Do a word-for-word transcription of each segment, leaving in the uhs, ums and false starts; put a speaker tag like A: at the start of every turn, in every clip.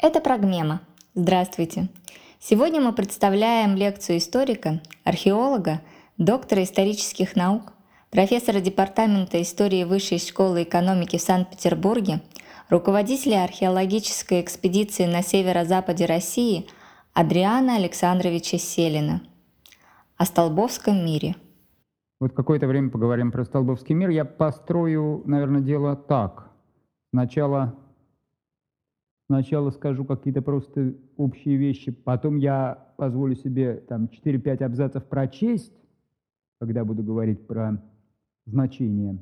A: Это Прогмема. Здравствуйте. Сегодня мы представляем лекцию историка, археолога, доктора исторических наук, профессора Департамента истории Высшей школы экономики в Санкт-Петербурге, руководителя археологической экспедиции на северо-западе России Адриана Александровича Селина о Столбовском мире.
B: Вот какое-то время поговорим про Столбовский мир. Я построю, наверное, дело так. Сначала, сначала скажу какие-то просто общие вещи, потом я позволю себе там четыре-пять абзацев прочесть, когда буду говорить про значение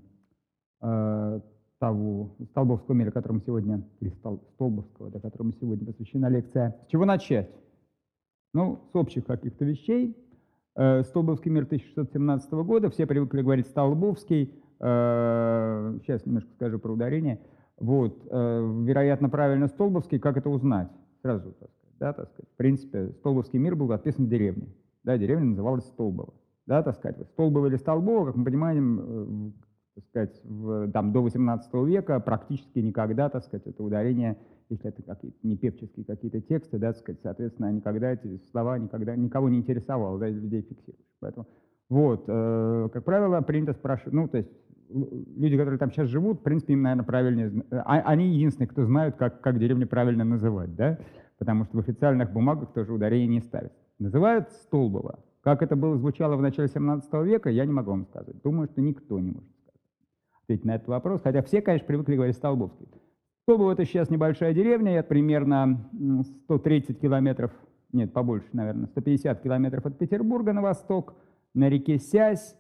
B: э, того Столбовского мира, которому сегодня, или Стол, Столбовского, да, которому сегодня посвящена лекция. С чего начать? Ну, с общих каких-то вещей. Столбовский мир тысяча шестьсот семнадцатого года, все привыкли говорить Столбовский, сейчас немножко скажу про ударение. Вот, вероятно, правильно Столбовский, как это узнать? Сразу, так сказать, да, так сказать. В принципе, Столбовский мир был описан в деревне, да, деревня называлась Столбово, да, так сказать. Столбово или Столбово, как мы понимаем, так сказать, в, там, до восемнадцатого века практически никогда, так сказать, это ударение, если это какие-то не певческие какие-то тексты, да, так сказать, соответственно, никогда эти слова никогда никого не интересовало, да, людей фиксируешь. Поэтому, вот, э, как правило, принято спрашивать, ну, то есть люди, которые там сейчас живут, в принципе, им, наверное, правильнее, а, они единственные, кто знают, как, как деревню правильно называть, да, потому что в официальных бумагах тоже ударение не ставят. Называют Столбово. Как это было, звучало в начале семнадцатого века, я не могу вам сказать. Думаю, что никто не может сказать, ответить на этот вопрос, хотя все, конечно, привыкли говорить Столбовский. Столбово — это сейчас небольшая деревня, это примерно сто тридцать километров, нет, побольше, наверное, сто пятьдесят километров от Петербурга на восток, на реке Сясь,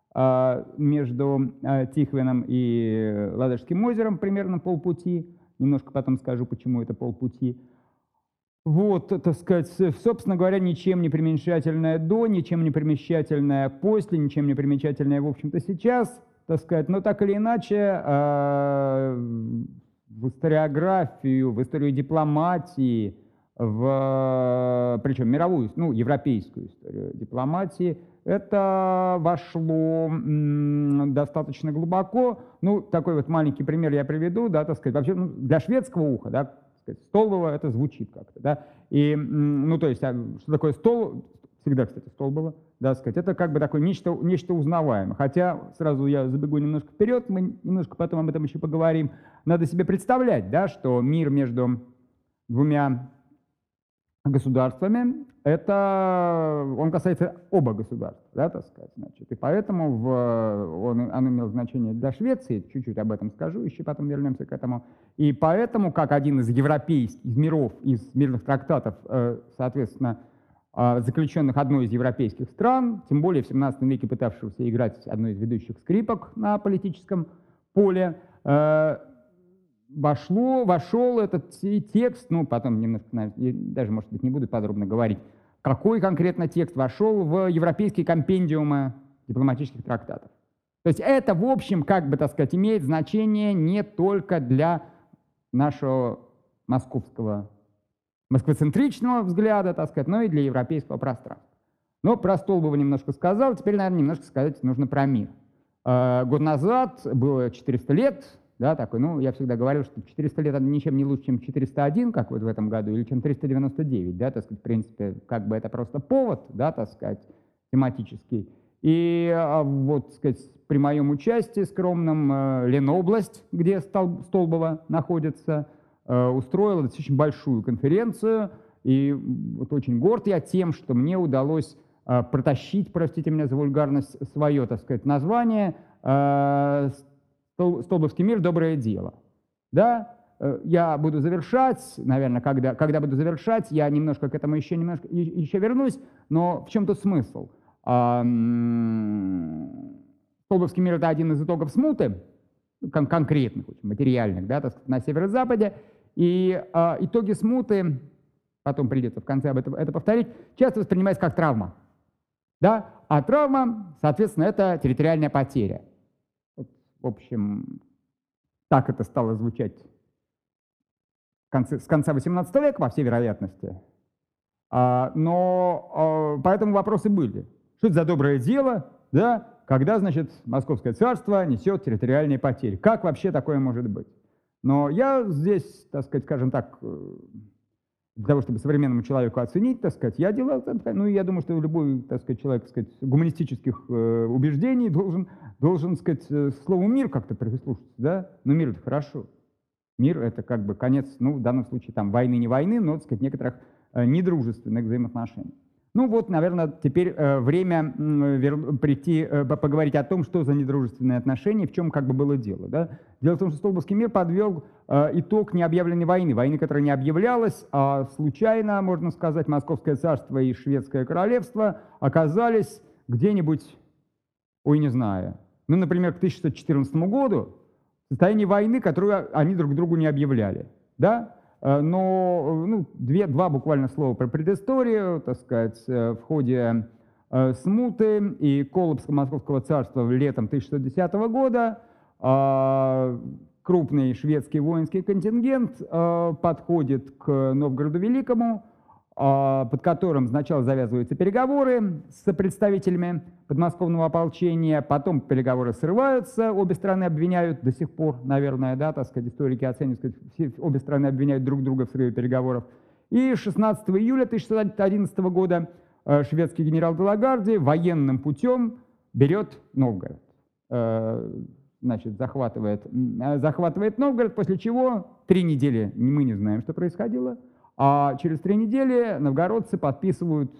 B: между Тихвином и Ладожским озером примерно полпути. Немножко потом скажу, почему это полпути. Вот, так сказать, собственно говоря, ничем не примечательное до, ничем не примечательное после, ничем не примечательное, в общем-то, сейчас, так сказать, но так или иначе, в историографию, в историю дипломатии, в, причем мировую, ну, европейскую историю дипломатии, это вошло м, достаточно глубоко. Ну, такой вот маленький пример я приведу, да, так сказать, вообще, ну, для шведского уха, да, так сказать, Столбово это звучит как-то, да, и, ну, то есть, а что такое стол, всегда, кстати, Столбово, да, сказать, это как бы такое нечто, нечто узнаваемое, хотя, сразу я забегу немножко вперед, мы немножко потом об этом еще поговорим, надо себе представлять, да, что мир между двумя государствами, это, он касается оба государства, да, так сказать, значит, и поэтому в, он, он имел значение для Швеции, чуть-чуть об этом скажу, еще потом вернемся к этому, и поэтому, как один из европейских, из миров, из мирных трактатов, соответственно, заключенных одной из европейских стран, тем более в семнадцатом веке пытавшегося играть одной из ведущих скрипок на политическом поле, Вошло, вошел этот текст, ну, потом немножко, даже, может быть, не буду подробно говорить, какой конкретно текст вошел в европейские компендиумы дипломатических трактатов. То есть это, в общем, как бы, так сказать, имеет значение не только для нашего московского, москвоцентричного взгляда, так сказать, но и для европейского пространства. Но про Столбово немножко сказал, теперь, наверное, немножко сказать нужно про мир. Год назад было четыреста лет, да, такой, ну, я всегда говорил, что четыреста лет ничем не лучше, чем четыреста один, как вот в этом году, или чем триста девяносто девять, да, так сказать, в принципе, как бы это просто повод, да, так сказать, тематический. И вот, так сказать, при моем участии скромном Ленобласть, где Столбово находится, устроила достаточно большую конференцию, и вот очень горд я тем, что мне удалось протащить, простите меня за вульгарность, свое, так сказать, название «Столбовский мир. Доброе дело». Да, я буду завершать, наверное, когда, когда буду завершать, я немножко к этому еще, немножко, еще вернусь, но в чем тут смысл? Столбовский мир — это один из итогов смуты, кон конкретных, очень материальных, да, так сказать, на северо-западе, и а, итоги смуты, потом придется в конце об этом это повторить, часто воспринимаются как травма, да, а травма, соответственно, это территориальная потеря. В общем, так это стало звучать конце, с конца восемнадцатого века, по всей вероятности. А, но а, поэтому вопросы были. Что это за доброе дело, да, когда, значит, Московское царство несет территориальные потери? Как вообще такое может быть? Но я здесь, так сказать, скажем так, для того, чтобы современному человеку оценить, так сказать, я делал, ну, я думаю, что любой, так сказать, человек, так сказать, гуманистических э, убеждений должен, должен, так сказать, слову «мир» как-то прислушаться, да? Но мир — это хорошо. Мир — это как бы конец, ну, в данном случае, там, войны, не войны, но, так сказать, некоторых э, недружественных взаимоотношений. Ну вот, наверное, теперь э, время э, вер... прийти, э, поговорить о том, что за недружественные отношения, в чем как бы было дело. Да? Дело в том, что Столбовский мир подвел э, итог необъявленной войны, войны, которая не объявлялась, а случайно, можно сказать, Московское царство и Шведское королевство оказались где-нибудь, ой, не знаю, ну, например, к тысяча шестьсот четырнадцатому году в состоянии войны, которую они друг другу не объявляли. Да? Но ну, две, два буквально слова про предысторию, так сказать, в ходе э, смуты и коллапса Московского царства летом тысяча шестьсот десятого года э, крупный шведский воинский контингент э, подходит к Новгороду Великому, э, под которым сначала завязываются переговоры с представителями подмосковного ополчения, потом переговоры срываются, обе страны обвиняют до сих пор, наверное, да, так сказать, историки оценивают, все, обе страны обвиняют друг друга в срыве переговоров. И шестнадцатого июля тысяча шестьсот одиннадцатого года э, шведский генерал де Лагарди военным путем берет Новгород. Э, значит, захватывает, э, захватывает Новгород, после чего три недели мы не знаем, что происходило, а через три недели новгородцы подписывают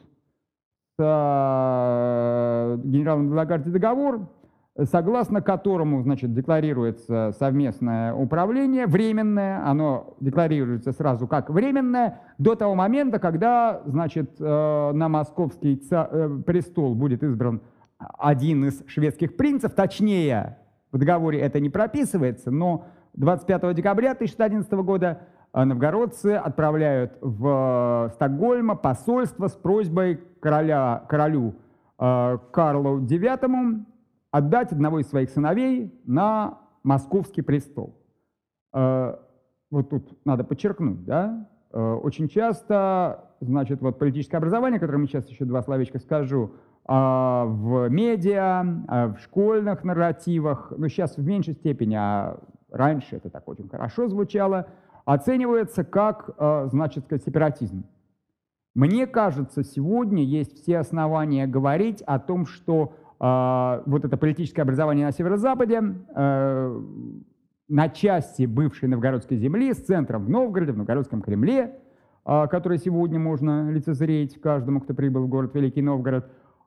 B: генералом де Лагарди договор, согласно которому, значит, декларируется совместное управление, временное, оно декларируется сразу как временное, до того момента, когда, значит, на московский престол будет избран один из шведских принцев, точнее, в договоре это не прописывается, но двадцать пятого декабря тысяча шестьсот одиннадцатого года новгородцы отправляют в Стокгольм посольство с просьбой короля, королю э, Карлу девятому отдать одного из своих сыновей на московский престол. Э, вот тут надо подчеркнуть, да, э, очень часто, значит, вот политическое образование, которое мы сейчас еще два словечка скажу, э, в медиа, э, в школьных нарративах, ну сейчас в меньшей степени, а раньше это так очень хорошо звучало, оценивается как, значит, сепаратизм. Мне кажется, сегодня есть все основания говорить о том, что э, вот это политическое образование на северо-западе, э, на части бывшей новгородской земли, с центром в Новгороде, в Новгородском Кремле, э, который сегодня можно лицезреть каждому, кто прибыл в город Великий Новгород,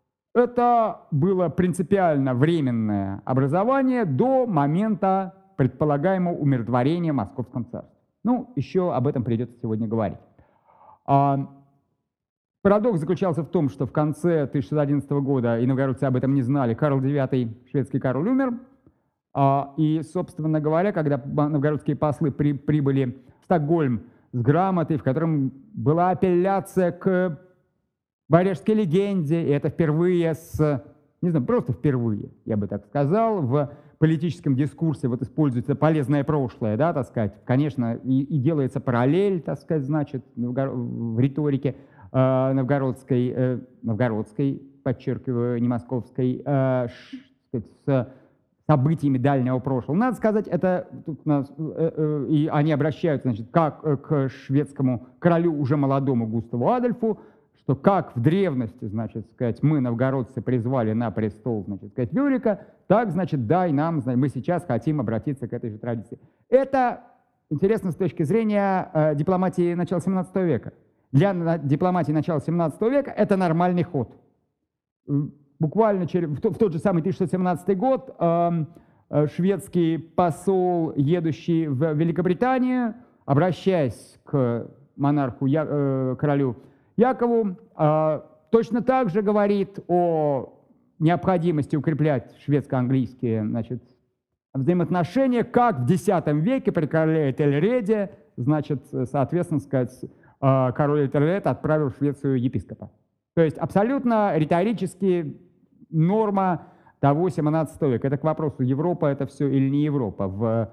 B: это было принципиально временное образование до момента предполагаемого умиротворения в Московском царстве. Ну, еще об этом придется сегодня говорить. А, парадокс заключался в том, что в конце тысяча шестьсот одиннадцатого года, и новгородцы об этом не знали, Карл девятый, шведский король, умер. А, и, собственно говоря, когда новгородские послы при, прибыли в Стокгольм с грамотой, в котором была апелляция к варяжской легенде, и это впервые с, не знаю, просто впервые, я бы так сказал, в политическом дискурсе вот используется полезное прошлое, да, так сказать, конечно, и, и делается параллель, так сказать, значит, в риторике э, новгородской, э, новгородской, подчеркиваю, не московской, э, ш, сказать, с событиями дальнего прошлого. Надо сказать, это тут у нас, э, э, и они обращаются, значит, как э, к шведскому королю уже молодому Густаву Адольфу, что как в древности, значит, сказать, мы, новгородцы, призвали на престол, значит, сказать, Рюрика, так, значит, дай нам, мы сейчас хотим обратиться к этой же традиции. Это интересно с точки зрения э, дипломатии начала семнадцатого века. Для на, дипломатии начала семнадцатого века это нормальный ход. Буквально через, в, в тот же самый тысяча шестьсот семнадцатый год э, э, шведский посол, едущий в Великобританию, обращаясь к монарху, я, э, королю Якову, э, точно так же говорит о необходимости укреплять шведско-английские, значит, взаимоотношения, как в десятом веке при короле Этельреде, значит, соответственно, сказать, э, король Этельред отправил в Швецию епископа. То есть абсолютно риторически норма того семнадцатого века. Это к вопросу, Европа это все или не Европа в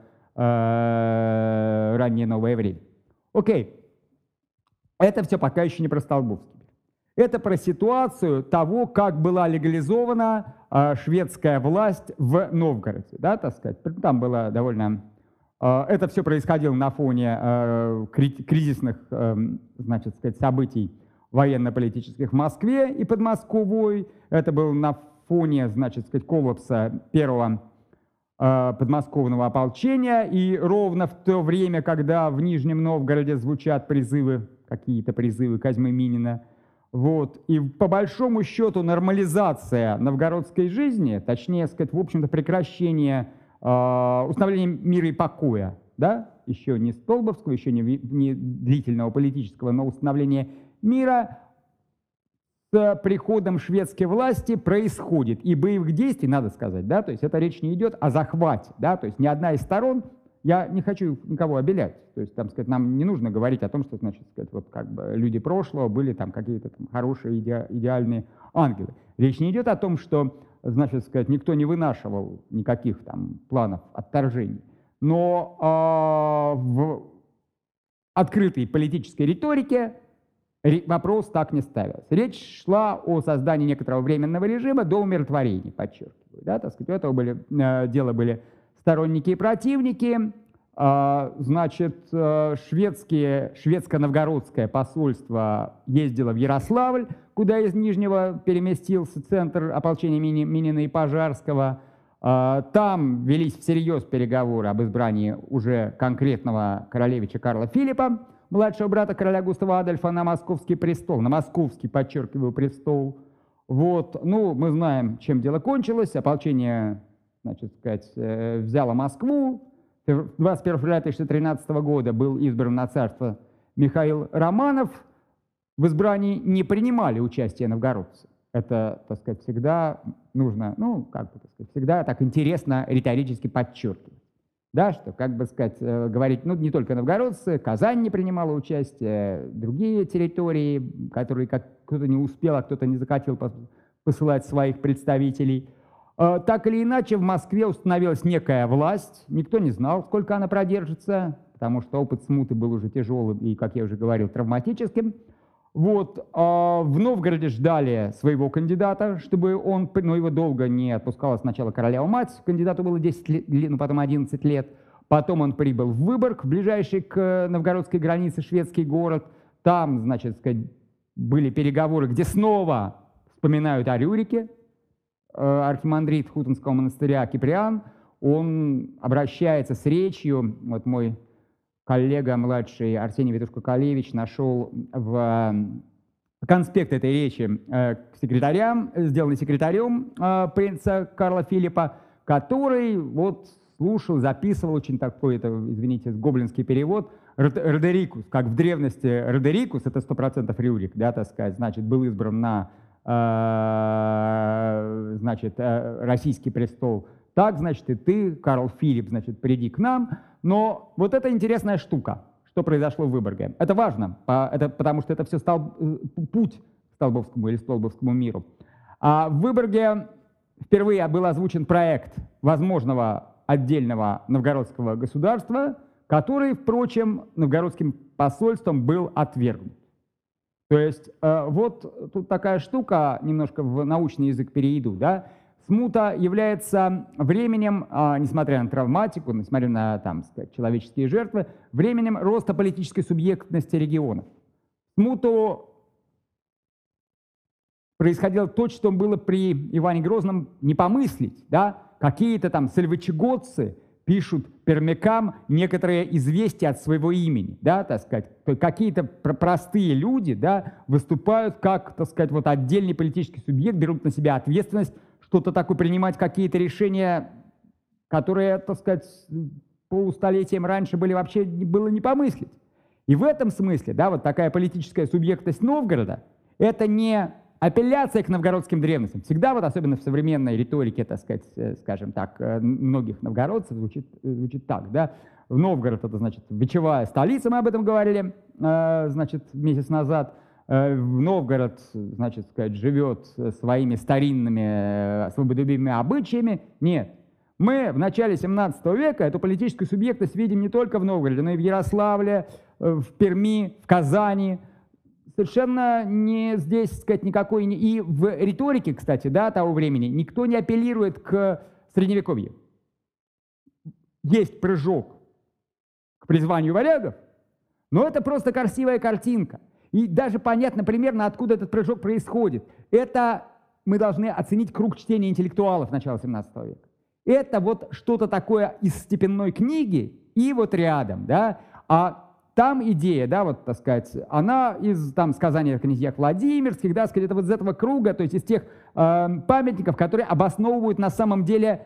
B: э, раннее новое время. Окей. Это все пока еще не про Столбовский мир. Это про ситуацию того, как была легализована э, шведская власть в Новгороде. Да, так сказать. Там была довольно Это все происходило на фоне кризисных, значит, сказать, событий военно-политических в Москве и под Москвой. Это был на фоне, значит, сказать, коллапса первого подмосковного ополчения. И ровно в то время, когда в Нижнем Новгороде звучат призывы, какие-то призывы Козьмы Минина, вот, и по большому счету нормализация новгородской жизни, точнее сказать, в общем-то, прекращение э, установления мира и покоя, да, еще не столбовского, еще не, не длительного политического, но установление мира с приходом шведской власти происходит. И боевых действий, надо сказать, да, то есть это речь не идет о захвате, да, то есть ни одна из сторон, я не хочу никого обелять, то есть, там, сказать, нам не нужно говорить о том, что, значит, сказать, вот как бы люди прошлого были там какие-то там хорошие иде, идеальные ангелы. Речь не идет о том, что, значит, сказать, никто не вынашивал никаких там планов отторжений, но э, в открытой политической риторике вопрос так не ставился. Речь шла о создании некоторого временного режима до умиротворения, подчеркиваю. Да, так сказать, у этого были, э, дело были сторонники и противники. Э, значит, э, шведские, шведско-новгородское посольство ездило в Ярославль, куда из Нижнего переместился центр ополчения Минина и Пожарского. Э, там велись всерьез переговоры об избрании уже конкретного королевича Карла Филиппа, младшего брата короля Густава Адольфа, на московский престол, на московский, подчеркиваю, престол. Вот, ну, мы знаем, чем дело кончилось. Ополчение, значит сказать, взяло Москву. двадцать первого февраля тысяча девятьсот тринадцатого года был избран на царство Михаил Романов. В избрании не принимали участие новгородцы. Это, так сказать, всегда нужно, ну, как бы, так сказать, всегда так интересно риторически подчеркивать. Да, что, как бы сказать, э, говорить, ну, не только новгородцы, Казань не принимала участие, другие территории, которые как кто-то не успел, а кто-то не захотел посылать своих представителей. Э, так или иначе, в Москве установилась некая власть, никто не знал, сколько она продержится, потому что опыт смуты был уже тяжелым и, как я уже говорил, травматическим. Вот, э, в Новгороде ждали своего кандидата, чтобы он, но его долго не отпускала сначала королева-мать, кандидату было десять лет, ну, потом одиннадцать лет, потом он прибыл в Выборг, ближайший к новгородской границе шведский город, там, значит, сказать, были переговоры, где снова вспоминают о Рюрике, э, архимандрит Хутонского монастыря Киприан, он обращается с речью, вот мой коллега младший Арсений Ветушко-Калевич нашел в конспект этой речи к секретарям, сделанный секретарем принца Карла Филиппа, который вот слушал, записывал очень такой, это, извините, гоблинский перевод, Родерикус, как в древности Родерикус, это сто процентов Рюрик, да, так сказать, значит, был избран на, значит, российский престол. Так, значит, и ты, Карл Филипп, значит, приди к нам. Но вот это интересная штука, что произошло в Выборге. Это важно, это, потому что это все стал путь к Столбовскому или Столбовскому миру. А в Выборге впервые был озвучен проект возможного отдельного новгородского государства, который, впрочем, новгородским посольством был отвергнут. То есть вот тут такая штука, немножко в научный язык перейду, да. Смута является временем, несмотря на травматику, несмотря на, там, сказать, человеческие жертвы, временем роста политической субъектности регионов. Смуту происходило то, что было при Иване Грозном не помыслить. Да? Какие-то там сальвычегодцы пишут пермякам некоторые известия от своего имени. Да, так сказать. Какие-то простые люди, да, выступают как, так сказать, вот отдельный политический субъект, берут на себя ответственность, что-то такое, принимать какие-то решения, которые, так сказать, полустолетием раньше были вообще было не помыслить. И в этом смысле, да, вот такая политическая субъектность Новгорода, это не апелляция к новгородским древностям. Всегда, вот особенно в современной риторике, так сказать, скажем так, многих новгородцев звучит, звучит так, да. В Новгород, это, значит, вечевая столица, мы об этом говорили, значит, месяц назад. В Новгород, значит, сказать, живет своими старинными свободолюбивыми обычаями. Нет. Мы в начале семнадцатого века эту политическую субъектность видим не только в Новгороде, но и в Ярославле, в Перми, в Казани. Совершенно не здесь, сказать, никакой... И в риторике, кстати, да, того времени никто не апеллирует к Средневековью. Есть прыжок призванию варягов, но это просто красивая картинка. И даже понятно примерно, откуда этот прыжок происходит. Это мы должны оценить круг чтения интеллектуалов начала семнадцатого века. Это вот что-то такое из степенной книги и вот рядом, да, а там идея, да, вот, так сказать, она из, там, сказания о князьях Владимирских, да, сказать, это вот из этого круга, то есть из тех э, памятников, которые обосновывают на самом деле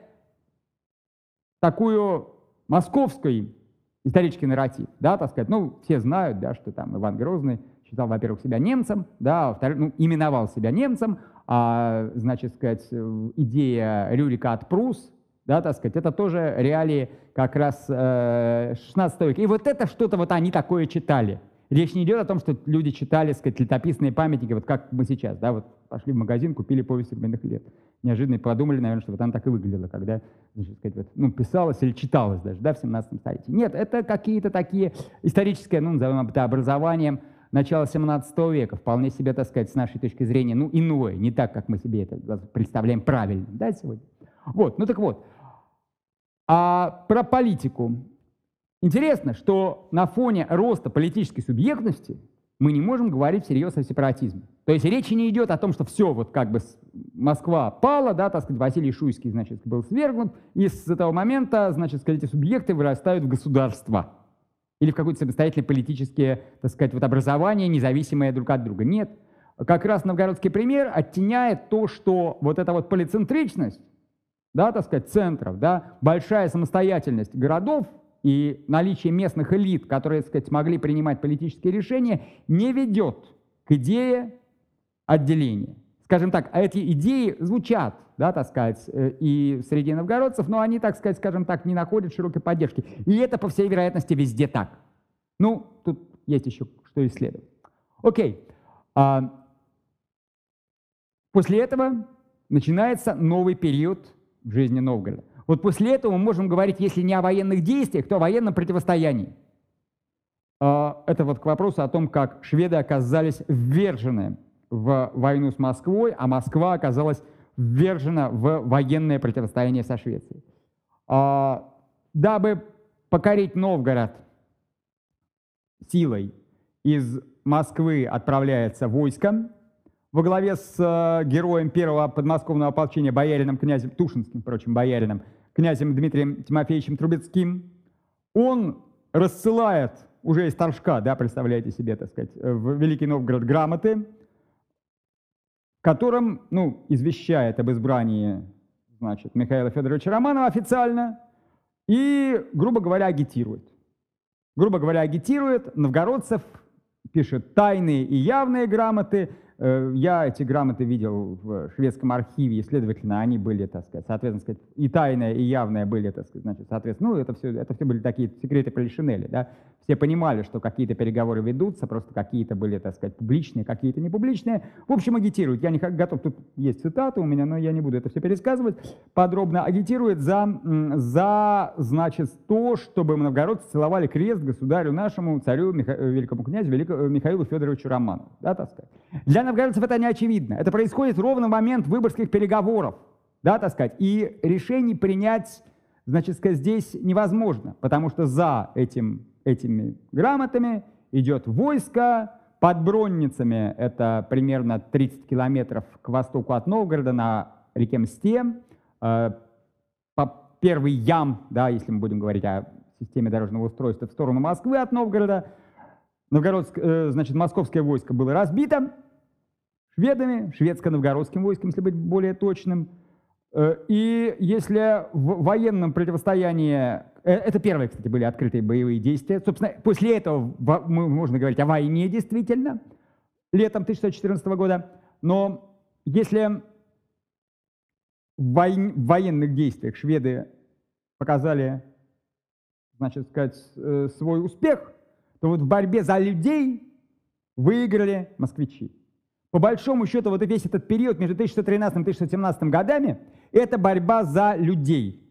B: такую московский исторический нарратив, да, так сказать, ну, все знают, да, что там Иван Грозный считал, во-первых, себя немцем, да, во-вторых, ну, именовал себя немцем, а, значит, сказать, идея Рюрика от Прус, да, так сказать, это тоже реалии как раз э, шестнадцатого века. И вот это что-то вот они такое читали. Речь не идет о том, что люди читали, так сказать, летописные памятники, вот как мы сейчас, да, вот пошли в магазин, купили повесть временных лет. Неожиданно подумали, наверное, что вот она так и выглядела, когда, значит, сказать, вот, ну, писалась или читалась даже, да, в семнадцатом столетии. Нет, это какие-то такие исторические, ну, назовем это образованием начала семнадцатого века, вполне себе, так сказать, с нашей точки зрения, ну, иное, не так, как мы себе это представляем правильно, да, сегодня. Вот, ну так вот. А про политику. Интересно, что на фоне роста политической субъектности мы не можем говорить всерьез о сепаратизме. То есть речи не идет о том, что все, вот как бы Москва пала, да, так сказать, Василий Шуйский, значит, был свергнут, и с этого момента, значит, сказать, эти субъекты вырастают в государства или в какое-то самостоятельное политическое, так сказать, вот образование, независимое друг от друга. Нет. Как раз новгородский пример оттеняет то, что вот эта вот полицентричность, да, так сказать, центров, да, большая самостоятельность городов и наличие местных элит, которые, так сказать, могли принимать политические решения, не ведет к идее отделения. Скажем так, а эти идеи звучат, да, так сказать, и среди новгородцев, но они, так сказать, скажем так, не находят широкой поддержки. И это, по всей вероятности, везде так. Ну, тут есть еще что исследовать. Окей. А после этого начинается новый период в жизни Новгорода. Вот после этого мы можем говорить, если не о военных действиях, то о военном противостоянии. Это вот к вопросу о том, как шведы оказались ввержены в войну с Москвой, а Москва оказалась ввержена в военное противостояние со Швецией. Дабы покорить Новгород силой, из Москвы отправляется войско во главе с э, героем первого подмосковного ополчения, боярином князем, Тушинским, впрочем, боярином, князем Дмитрием Тимофеевичем Трубецким. Он рассылает уже из Торжка, да, представляете себе, так сказать, в Великий Новгород грамоты, в котором, ну, извещает об избрании, значит, Михаила Федоровича Романова официально и, грубо говоря, агитирует. Грубо говоря, агитирует новгородцев, пишет тайные и явные грамоты. Я эти грамоты видел в шведском архиве, и, следовательно, они были, так сказать, соответственно, сказать, и тайное, и явное были, так сказать, значит, соответственно, ну, это все, это все были такие секреты Полишинеля, да. Все понимали, что какие-то переговоры ведутся, просто какие-то были, так сказать, публичные, какие-то не публичные. В общем, агитирует. Я не готов, тут есть цитаты у меня, но я не буду это все пересказывать. Подробно агитирует за, за значит, то, чтобы новгородцы целовали крест государю нашему, царю, Миха... великому князю, великому Михаилу Федоровичу Романову. Да, так сказать. Для новгородцев это не очевидно. Это происходит ровно в момент выборгских переговоров. Да, так сказать. И решений принять, значит, сказать, здесь невозможно, потому что за этим этими грамотами идет войско под Бронницами, это примерно тридцать километров к востоку от Новгорода на реке Мсте, э, по первый ям, да, если мы будем говорить о системе дорожного устройства, в сторону Москвы от Новгорода. Новгородск, э, значит, московское войско было разбито шведами, шведско-новгородским войском, если быть более точным. И если в военном противостоянии, это первые, кстати, были открытые боевые действия, собственно, после этого мы, можно говорить о войне действительно, летом тысяча девятьсот четырнадцатого года, но если в, вой... в военных действиях шведы показали, значит, сказать, свой успех, то вот в борьбе за людей выиграли москвичи. По большому счету, вот весь этот период между тысяча девятьсот тринадцатым и тысяча девятьсот семнадцатым годами – это борьба за людей.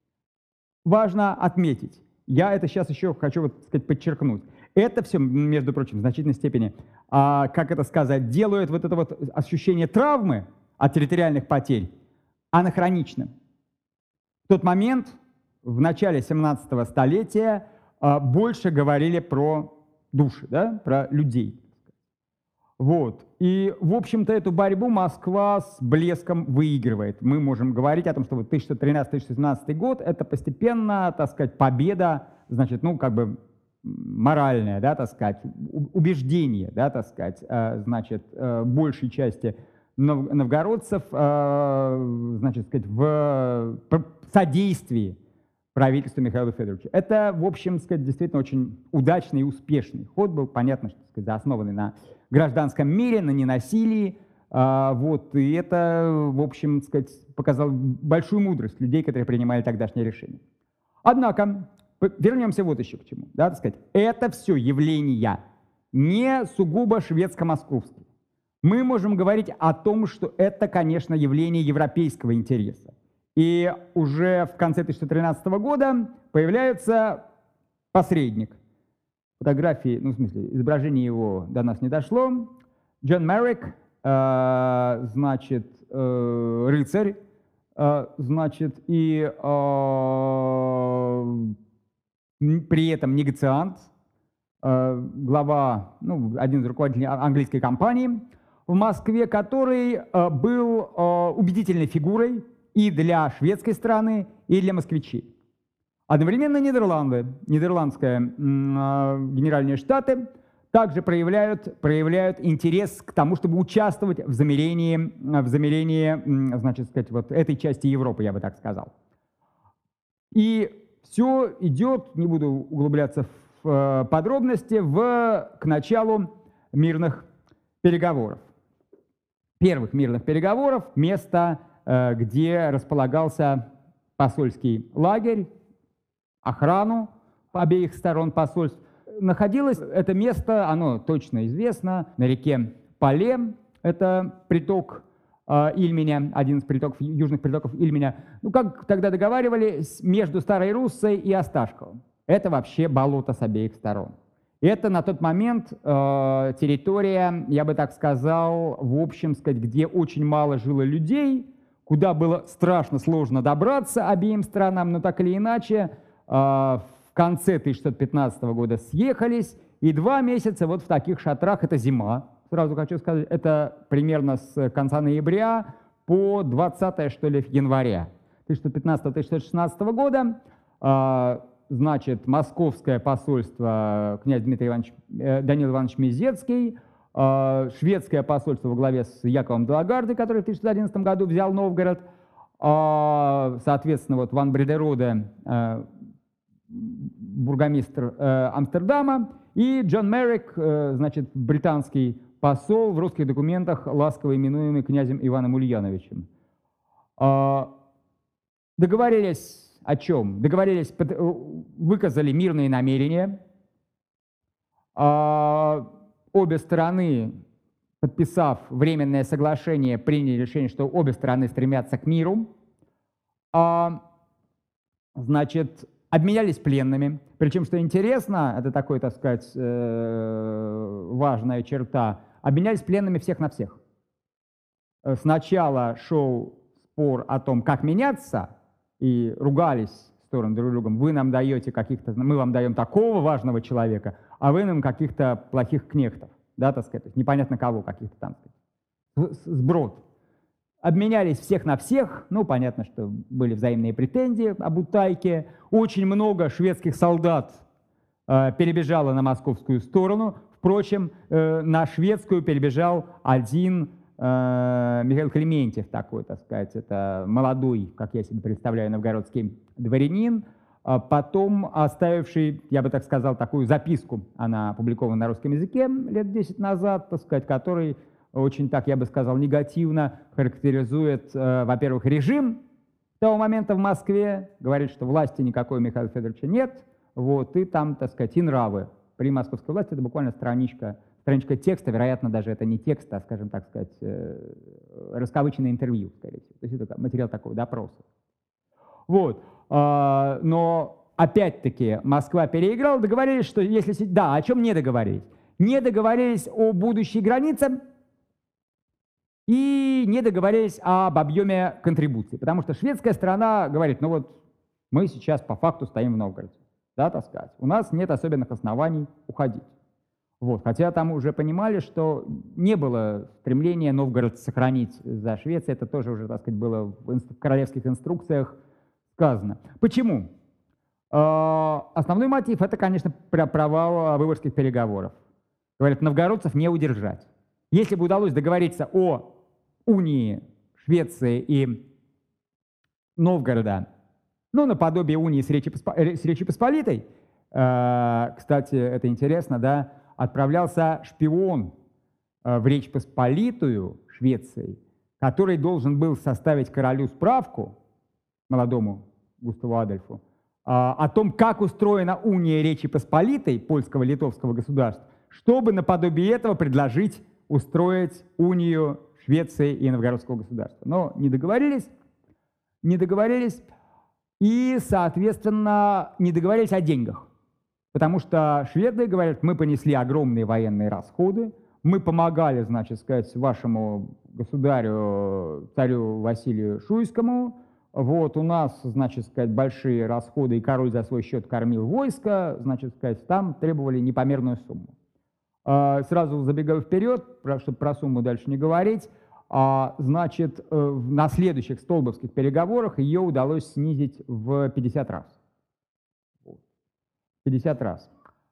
B: Важно отметить, я это сейчас еще хочу, вот, сказать, подчеркнуть. Это все, между прочим, в значительной степени, а, как это сказать, делает вот это вот ощущение травмы от территориальных потерь анахроничным. В тот момент, в начале семнадцатого столетия, а, больше говорили про души, да, про людей. Вот. И, в общем-то, эту борьбу Москва с блеском выигрывает. Мы можем говорить о том, что вот тысяча девятьсот тринадцатый — тысяча девятьсот семнадцатый год — это постепенно, так сказать, победа, значит, ну, как бы моральное, да, так сказать, убеждение, да, так сказать, э, значит, э, большей части нов новгородцев, э, значит, сказать, в содействии правительству Михаила Федоровича. Это, в общем, сказать, действительно очень удачный и успешный ход был, понятно, что, сказать, основанный на гражданском мире, на ненасилии, э, вот, и это, в общем, сказать, показало большую мудрость людей, которые принимали тогдашние решения. Однако, вернемся вот еще к чему. Да, так сказать, это все явления не сугубо шведско-московские. Мы можем говорить о том, что это, конечно, явление европейского интереса. И уже в конце тысяча девятьсот тринадцатого года появляется посредник. Фотографии, ну, в смысле, изображение его до нас не дошло. Джон Меррик, э, значит, э, рыцарь, э, значит, и э, при этом негациант, э, глава, ну, один из руководителей английской компании в Москве, который э, был э, убедительной фигурой и для шведской страны, и для москвичей. Одновременно Нидерланды, нидерландские э, генеральные штаты также проявляют, проявляют интерес к тому, чтобы участвовать в замерении, в замерении, значит, сказать, вот этой части Европы, я бы так сказал. И все идет, не буду углубляться в подробности, в, к началу мирных переговоров. Первых мирных переговоров, место, где располагался посольский лагерь, охрану по обеих сторон посольств. Находилось это место, оно точно известно, на реке Пале, это приток Ильменя, один из притоков, южных притоков Ильменя. Ну, как тогда договаривались, между Старой Руссой и Осташковым. Это вообще болото с обеих сторон. Это на тот момент э, территория, я бы так сказал, в общем сказать, где очень мало жило людей, куда было страшно сложно добраться обеим сторонам, но так или иначе э, в конце тысяча девятьсот пятнадцатого года съехались, и два месяца вот в таких шатрах, это зима, сразу хочу сказать, это примерно с конца ноября по двадцатое, что ли, января тысяча девятьсот пятнадцатого — тысяча девятьсот шестнадцатого года, э, значит, московское посольство, князь Дмитрий Иванович, э, Данил Иванович Мезецкий, э, шведское посольство во главе с Яковом Делагардой, который в тысяча девятьсот одиннадцатом году взял Новгород, э, соответственно, вот Ван Бредероде, э, бургомистр э, Амстердама, и Джон Меррик, э, значит, британский посол, в русских документах ласково именуемый князем Иваном Ульяновичем. Э, договорились о чем? Договорились, под, выказали мирные намерения. Э, обе стороны, подписав временное соглашение, приняли решение, что обе стороны стремятся к миру. Э, значит, обменялись пленными. Причем, что интересно, это такой, так сказать, важная черта, обменялись пленными всех на всех. Сначала шел спор о том, как меняться, и ругались в сторону друг другом. Вы нам даете каких-то, мы вам даем такого важного человека, а вы нам каких-то плохих кнехтов, да, так сказать, непонятно кого, каких-то там, сброд. Обменялись всех на всех, ну, понятно, что были взаимные претензии об утайке. Очень много шведских солдат э, перебежало на московскую сторону. Впрочем, э, на шведскую перебежал один э, Михаил Клементьев, такой, так сказать, это молодой, как я себе представляю, новгородский дворянин, а потом оставивший, я бы так сказал, такую записку, она опубликована на русском языке лет десять назад, так сказать, который очень, так я бы сказал, негативно характеризует, э, во-первых, режим того момента в Москве, говорит, что власти никакой у Михаила Федоровича нет, вот, и там, так сказать, и нравы. При московской власти это буквально страничка, страничка текста, вероятно, даже это не текст, а, скажем так сказать, э, раскавыченное интервью, скорее всего. То есть это материал такого допроса. Вот. Э, но, опять-таки, Москва переиграла, договорились, что если... Да, о чем не договорились? Не договорились о будущей границе, и не договорились об объеме контрибуции, потому что шведская сторона говорит, ну вот мы сейчас по факту стоим в Новгороде. да, так сказать. У нас нет особенных оснований уходить. Вот. Хотя там уже понимали, что не было стремления Новгород сохранить за Швецией, это тоже уже, так сказать, было в, инст... в королевских инструкциях сказано. Почему? Э, основной мотив – это, конечно, провал Выборгских переговоров. Говорят, новгородцев не удержать. Если бы удалось договориться о унии Швеции и Новгорода, ну, наподобие унии с Речи, Посп... с Речи Посполитой, э, кстати, это интересно, да, отправлялся шпион э, в Речь Посполитую Швеции, который должен был составить королю справку, молодому Густаву Адольфу, э, о том, как устроена уния Речи Посполитой, польского и литовского государств, чтобы наподобие этого предложить устроить унию Швеции и новгородского государства. Но не договорились, не договорились и, соответственно, не договорились о деньгах. Потому что шведы говорят, мы понесли огромные военные расходы, мы помогали, значит, сказать, вашему государю, царю Василию Шуйскому, вот у нас, значит, сказать, большие расходы, и король за свой счет кормил войско, значит, сказать, там требовали непомерную сумму. Сразу забегаю вперед, чтобы про сумму дальше не говорить, значит, на следующих столбовских переговорах ее удалось снизить в пятьдесят раз. пятьдесят раз.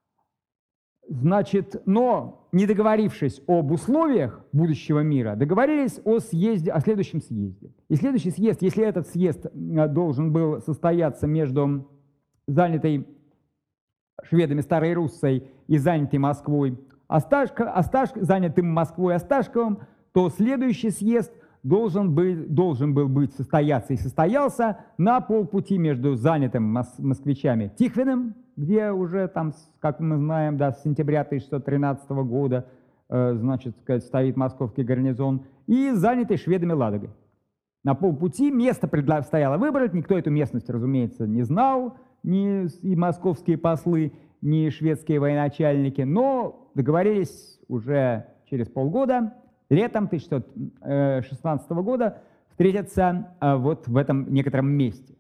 B: Значит, но не договорившись об условиях будущего мира, договорились о съезде, о следующем съезде. И следующий съезд, если этот съезд должен был состояться между занятой шведами Старой Руссой и занятой Москвой Осташко, Осташко, занятым Москвой Осташковым, то следующий съезд должен был, должен был быть состояться и состоялся на полпути между занятым мос, москвичами Тихвиным, где уже там, как мы знаем, да, с сентября тысяча шестьсот тринадцатого года, э, значит, сказать, стоит московский гарнизон, и занятой шведами Ладогой. На полпути место предстояло выбрать, никто эту местность, разумеется, не знал, ни и московские послы, ни шведские военачальники, но договорились уже через полгода, летом тысяча шестьсот шестнадцатого года, встретиться вот в этом некотором месте.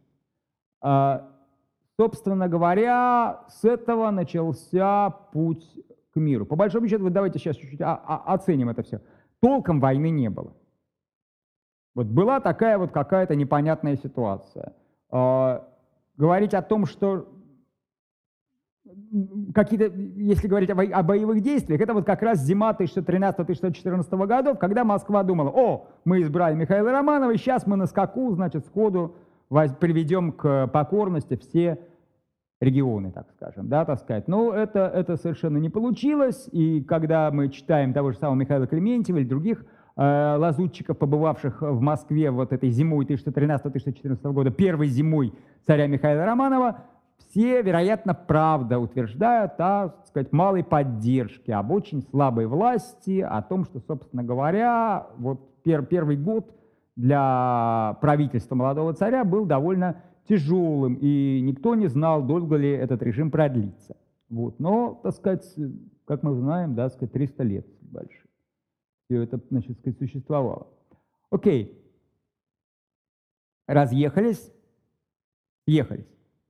B: Собственно говоря, с этого начался путь к миру. По большому счету, вот давайте сейчас чуть-чуть оценим это все. Толком войны не было. Вот была такая вот какая-то непонятная ситуация. Говорить о том, что какие-то, если говорить о, бо о боевых действиях, это вот как раз зима тысяча шестьсот тринадцатого — тысяча шестьсот четырнадцатого годов, когда Москва думала, о, мы избрали Михаила Романова, и сейчас мы на скаку, значит, сходу приведем к покорности все регионы, так скажем, да, так сказать. Но это, это совершенно не получилось, и когда мы читаем того же самого Михаила Клементьева или других э, лазутчиков, побывавших в Москве вот этой зимой тысяча шестьсот тринадцатого — тысяча шестьсот четырнадцатого года, первой зимой царя Михаила Романова, все, вероятно, правда утверждают о, так сказать, малой поддержке, об очень слабой власти, о том, что, собственно говоря, вот пер, первый год для правительства молодого царя был довольно тяжелым, и никто не знал, долго ли этот режим продлится. Вот. Но, так сказать, как мы знаем, да, так сказать, триста лет больше. Все это, значит, так сказать, существовало. Окей. Разъехались, съехались.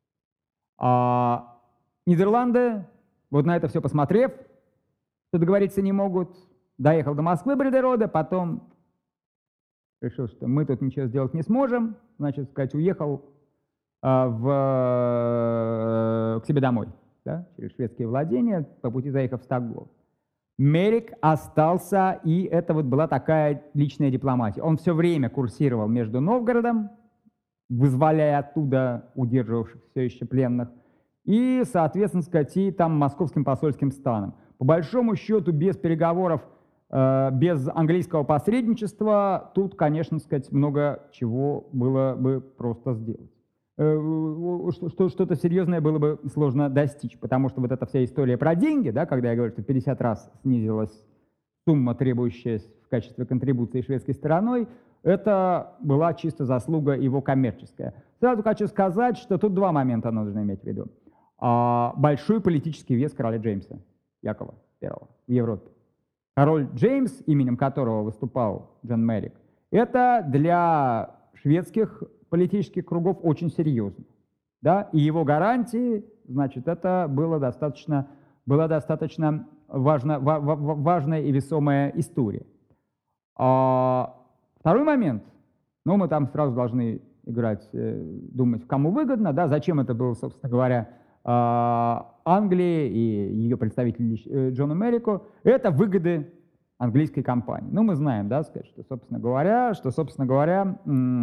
B: А Нидерланды, вот на это все посмотрев, что договориться не могут, доехал до Москвы Брederode, потом решил, что мы тут ничего сделать не сможем, значит, сказать, уехал а, в, к себе домой, да, через шведские владения, по пути заехав в Стокгольм. Мерик остался, и это вот была такая личная дипломатия. Он все время курсировал между Новгородом, вызволяя оттуда удерживавших все еще пленных, и, соответственно, сказать, и там московским посольским станом. По большому счету, без переговоров, э, без английского посредничества, тут, конечно, сказать, много чего было бы просто сделать. Э, Что-то серьезное было бы сложно достичь, потому что вот эта вся история про деньги, да, когда я говорю, что пятьдесят раз снизилась сумма, требующаяся в качестве контрибуции шведской стороной, это была чисто заслуга его коммерческая. Сразу хочу сказать, что тут два момента нужно иметь в виду. Большой политический вес короля Джеймса, Якова Первого, в Европе. Король Джеймс, именем которого выступал Джон Мерик, это для шведских политических кругов очень серьезно. Да? И его гарантии значит, это было достаточно, была достаточно важна, ва, ва, важная и весомая история. А второй момент, ну, мы там сразу должны играть, думать, кому выгодно, да, зачем это было, собственно говоря, Англии и ее представителю Джону Меррику, это выгоды английской компании. Ну, мы знаем, да, сказать, что, собственно говоря, что, собственно говоря,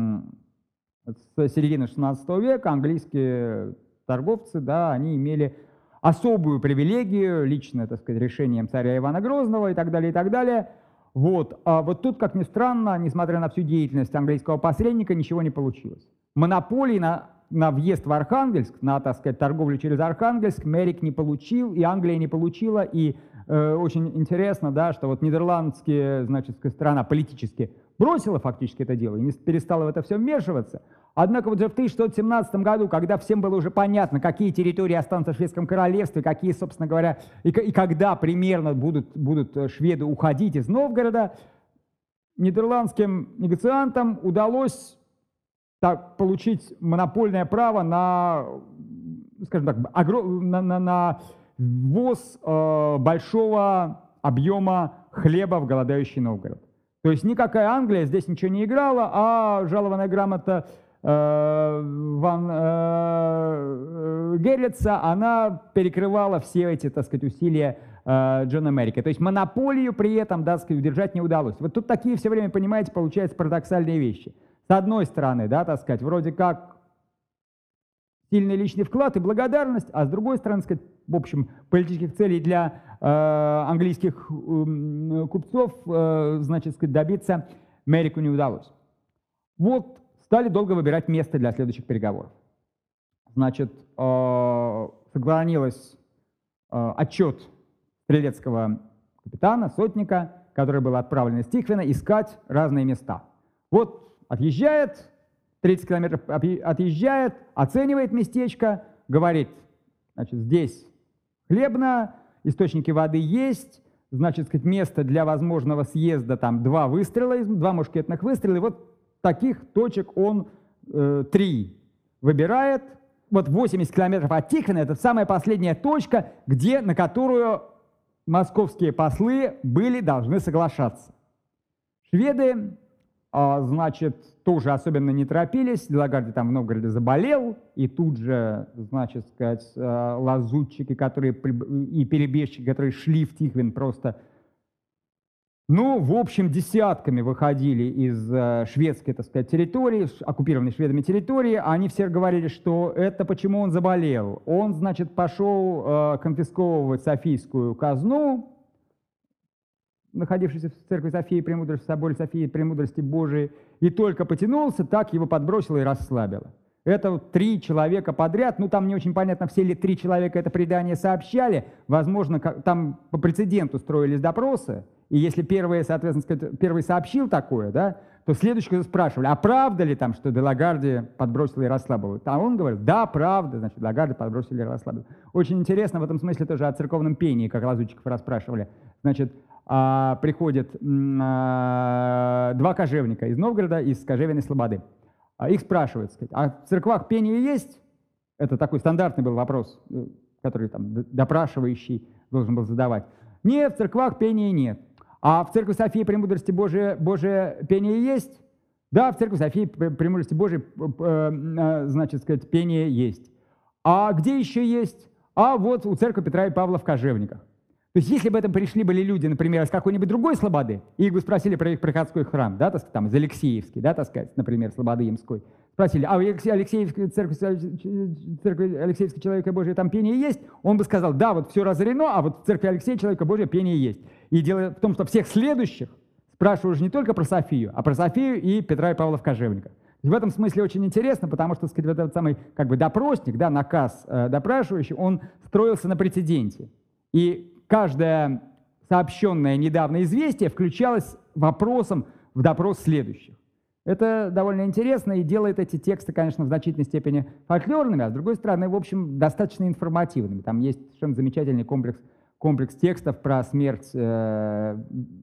B: с середины шестнадцатого века английские торговцы, да, они имели особую привилегию, лично, так сказать, решением царя Ивана Грозного и так далее, и так далее. Вот. А вот тут, как ни странно, несмотря на всю деятельность английского посредника, ничего не получилось. Монополии на, на въезд в Архангельск, на, так сказать, торговлю через Архангельск Меррик не получил, и Англия не получила, и э, очень интересно, да, что вот нидерландская, значит, страна политически бросила фактически это дело и не перестала в это все вмешиваться. Однако вот же в тысяча шестьсот семнадцатом году, когда всем было уже понятно, какие территории останутся в шведском королевстве, какие, собственно говоря, и, и когда примерно будут, будут шведы уходить из Новгорода, нидерландским негациантам удалось так, получить монопольное право на, скажем так, огр... на, на, на ввоз э, большого объема хлеба в голодающий Новгород. То есть никакая Англия здесь ничего не играла, а жалованная грамота э, Ван э, Герлица, она перекрывала все эти, так сказать, усилия э, Джона Меррика. То есть монополию при этом, да, сказать, удержать не удалось. Вот тут такие все время, понимаете, получаются парадоксальные вещи. С одной стороны, да, так сказать, вроде как сильный личный вклад и благодарность, а с другой стороны, сказать, в общем, политических целей для э, английских э, купцов, э, значит, сказать, добиться Меррику не удалось. Вот стали долго выбирать место для следующих переговоров. Значит, э, сохранилось э, отчет стрелецкого капитана, сотника, который был отправлен из Тихвина искать разные места. Вот отъезжает, тридцать километров отъезжает, оценивает местечко, говорит, значит, здесь хлебно, источники воды есть, значит, сказать, место для возможного съезда, там, два выстрела, два мушкетных выстрела, и вот таких точек он э, три выбирает. Вот восемьдесят километров от Тихвина — это самая последняя точка, где, на которую московские послы были должны соглашаться. Шведы, а, значит, тоже особенно не торопились. де ла Гарди там в Новгороде заболел, и тут же, значит, сказать, лазутчики, которые, и перебежчики, которые шли в Тихвин, просто, ну, в общем, десятками выходили из шведской, так сказать, территории, оккупированной шведами территории. Они все говорили, что это почему он заболел. Он, значит, пошел э, конфисковывать Софийскую казну, находившийся в церкви Софии Премудрости, в соборе Софии Премудрости Божией, и только потянулся, так его подбросило и расслабило. Это вот три человека подряд, ну там не очень понятно, все ли три человека это предание сообщали, возможно, там по прецеденту строились допросы, и если первый, соответственно, сказать, первый сообщил такое, да, то следующего спрашивали, а правда ли там, что де ла Гарди подбросил и расслабил? А он говорил, да, правда, значит, де ла Гарди подбросили и расслабил. Очень интересно в этом смысле тоже о церковном пении, как лазутчиков расспрашивали. Значит, а, приходят а, два кожевника из Новгорода, из Кожевенной Слободы. А их спрашивают, сказать, а в церквах пение есть? Это такой стандартный был вопрос, который там допрашивающий должен был задавать. Нет, в церквах пения нет. А в церкви Софии Премудрости Божией, Божие пение есть? Да, в церкви Софии Премудрости Божией, значит, сказать, пение есть. А где еще есть? А вот у церкви Петра и Павла в Кожевниках. То есть если бы это пришли были люди, например, из какой-нибудь другой слободы, и их бы спросили про их приходской храм, да, так сказать, там, из Алексеевский, да, так сказать, например, Слободы Ямской, спросили, а в Алексеевской церкви, церкви Алексеевской Человека Божия там пение есть? Он бы сказал, да, вот все разорено, а вот в церкви Алексея Человека Божия пение есть. И дело в том, что всех следующих спрашивают уже не только про Софию, а про Софию и Петра и Павла в Кожевниках. В этом смысле очень интересно, потому что, так сказать, вот этот самый как бы допросник, да, наказ э, допрашивающий, он строился на прецеденте. И каждое сообщенное недавно известие включалось вопросом в допрос следующих. Это довольно интересно и делает эти тексты, конечно, в значительной степени фольклорными, а с другой стороны, в общем, достаточно информативными. Там есть совершенно замечательный комплекс, комплекс текстов про смерть, э,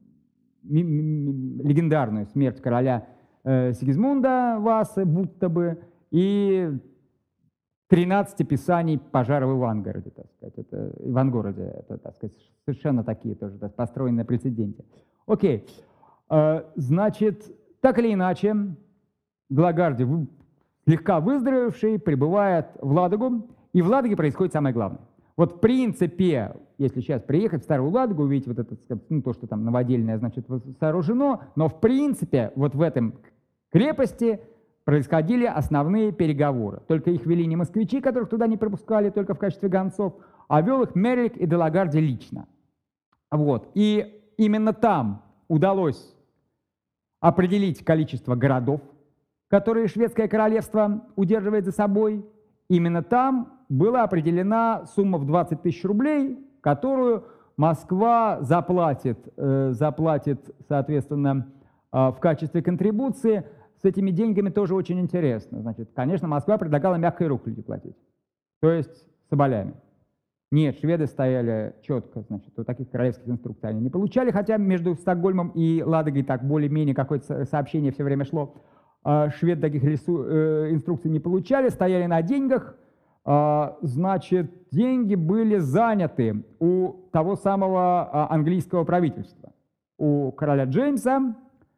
B: легендарную смерть короля э, Сигизмунда Васы, будто бы, и тринадцати писаний пожара в Ивангороде, так сказать. Это Ивангороде, это, так сказать, совершенно такие тоже, так, построены на прецеденте. Окей. Э, Значит, так или иначе, Делагарди, вы- слегка выздоровевший, прибывает в Ладогу, и в Ладоге происходит самое главное. Вот в принципе, если сейчас приехать в Старую Ладогу, увидеть вот это, ну, то, что там новодельное, значит, вот сооружено, но в принципе вот в этом крепости происходили основные переговоры. Только их вели не москвичи, которых туда не пропускали, только в качестве гонцов, а вел их Меррик и Делагарди лично. Вот. И именно там удалось определить количество городов, которые шведское королевство удерживает за собой. Именно там была определена сумма в двадцать тысяч рублей, которую Москва заплатит, э, заплатит соответственно, э, в качестве контрибуции. С этими деньгами тоже очень интересно. Значит, конечно, Москва предлагала мягкой рухляди платить, то есть соболями. Нет, шведы стояли четко, значит, вот таких королевских инструкций они не получали, хотя между Стокгольмом и Ладогой так более-менее какое-то сообщение все время шло. А шведы таких лесу, э, инструкций не получали, стояли на деньгах. А, значит, деньги были заняты у того самого а, английского правительства. У короля Джеймса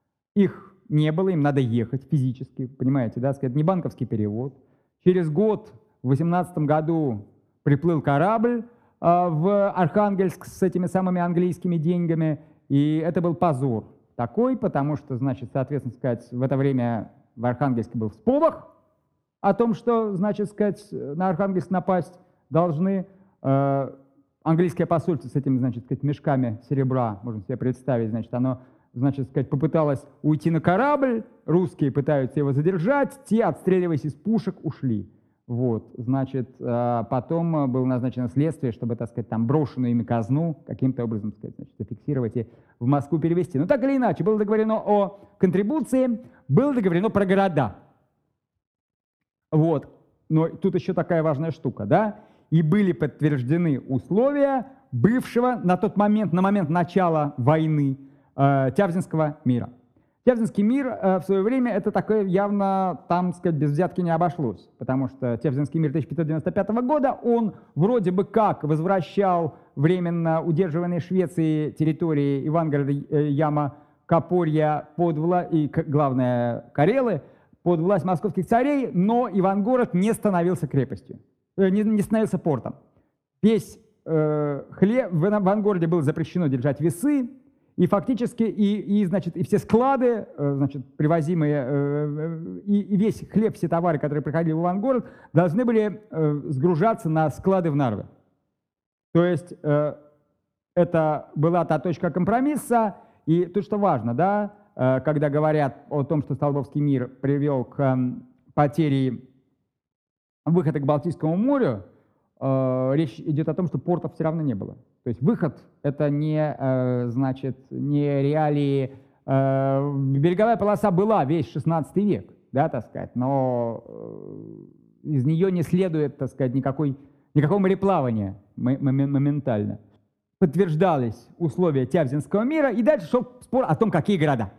B: их не было, им надо ехать физически, понимаете, да, сказать, не банковский перевод. Через год, в восемнадцатом году, приплыл корабль а, в Архангельск с этими самыми английскими деньгами, и это был позор такой, потому что, значит, соответственно, сказать, в это время в Архангельске был всполох о том, что, значит, сказать, на Архангельск напасть должны. Э, английское посольство с этими, значит, сказать, мешками серебра, можно себе представить, значит, оно, значит, сказать, попыталось уйти на корабль, русские пытаются его задержать, те, отстреливаясь из пушек, ушли. Вот, значит, потом было назначено следствие, чтобы, так сказать, там брошенную ими казну каким-то образом, так сказать, значит, зафиксировать и в Москву перевести. Но так или иначе, было договорено о контрибуции, было договорено про города. Вот, но тут еще такая важная штука, да, и были подтверждены условия бывшего на тот момент, на момент начала войны, э, Тявзинского мира. Тявзинский мир э, в свое время, это такое явно, там, сказать, без взятки не обошлось, потому что Тявзинский мир тысяча пятьсот девяносто пятого года, он вроде бы как возвращал временно удерживанные Швецией территории Ивангорода, э, Яма, Копорья под вла... и, главное, Карелы, под власть московских царей, но Ивангород не становился крепостью, э, не, не становился портом. Весь э, хлеб, в Ивангороде было запрещено держать весы, и фактически и, и, значит, и все склады, значит, привозимые, э, и, и весь хлеб, все товары, которые приходили в Ивангород, должны были э, сгружаться на склады в Нарве. То есть э, это была та точка компромисса. И тут что важно, да, э, когда говорят о том, что Столбовский мир привел к э, потере выхода к Балтийскому морю, э, речь идет о том, что портов все равно не было. То есть выход — это не, э, значит, не реалии. Э, береговая полоса была весь шестнадцатый век, да, так сказать, но э, из нее не следует, так сказать, никакой, никакого мореплавания моментально. Подтверждались условия Тявзинского мира, и дальше шел спор о том, какие города.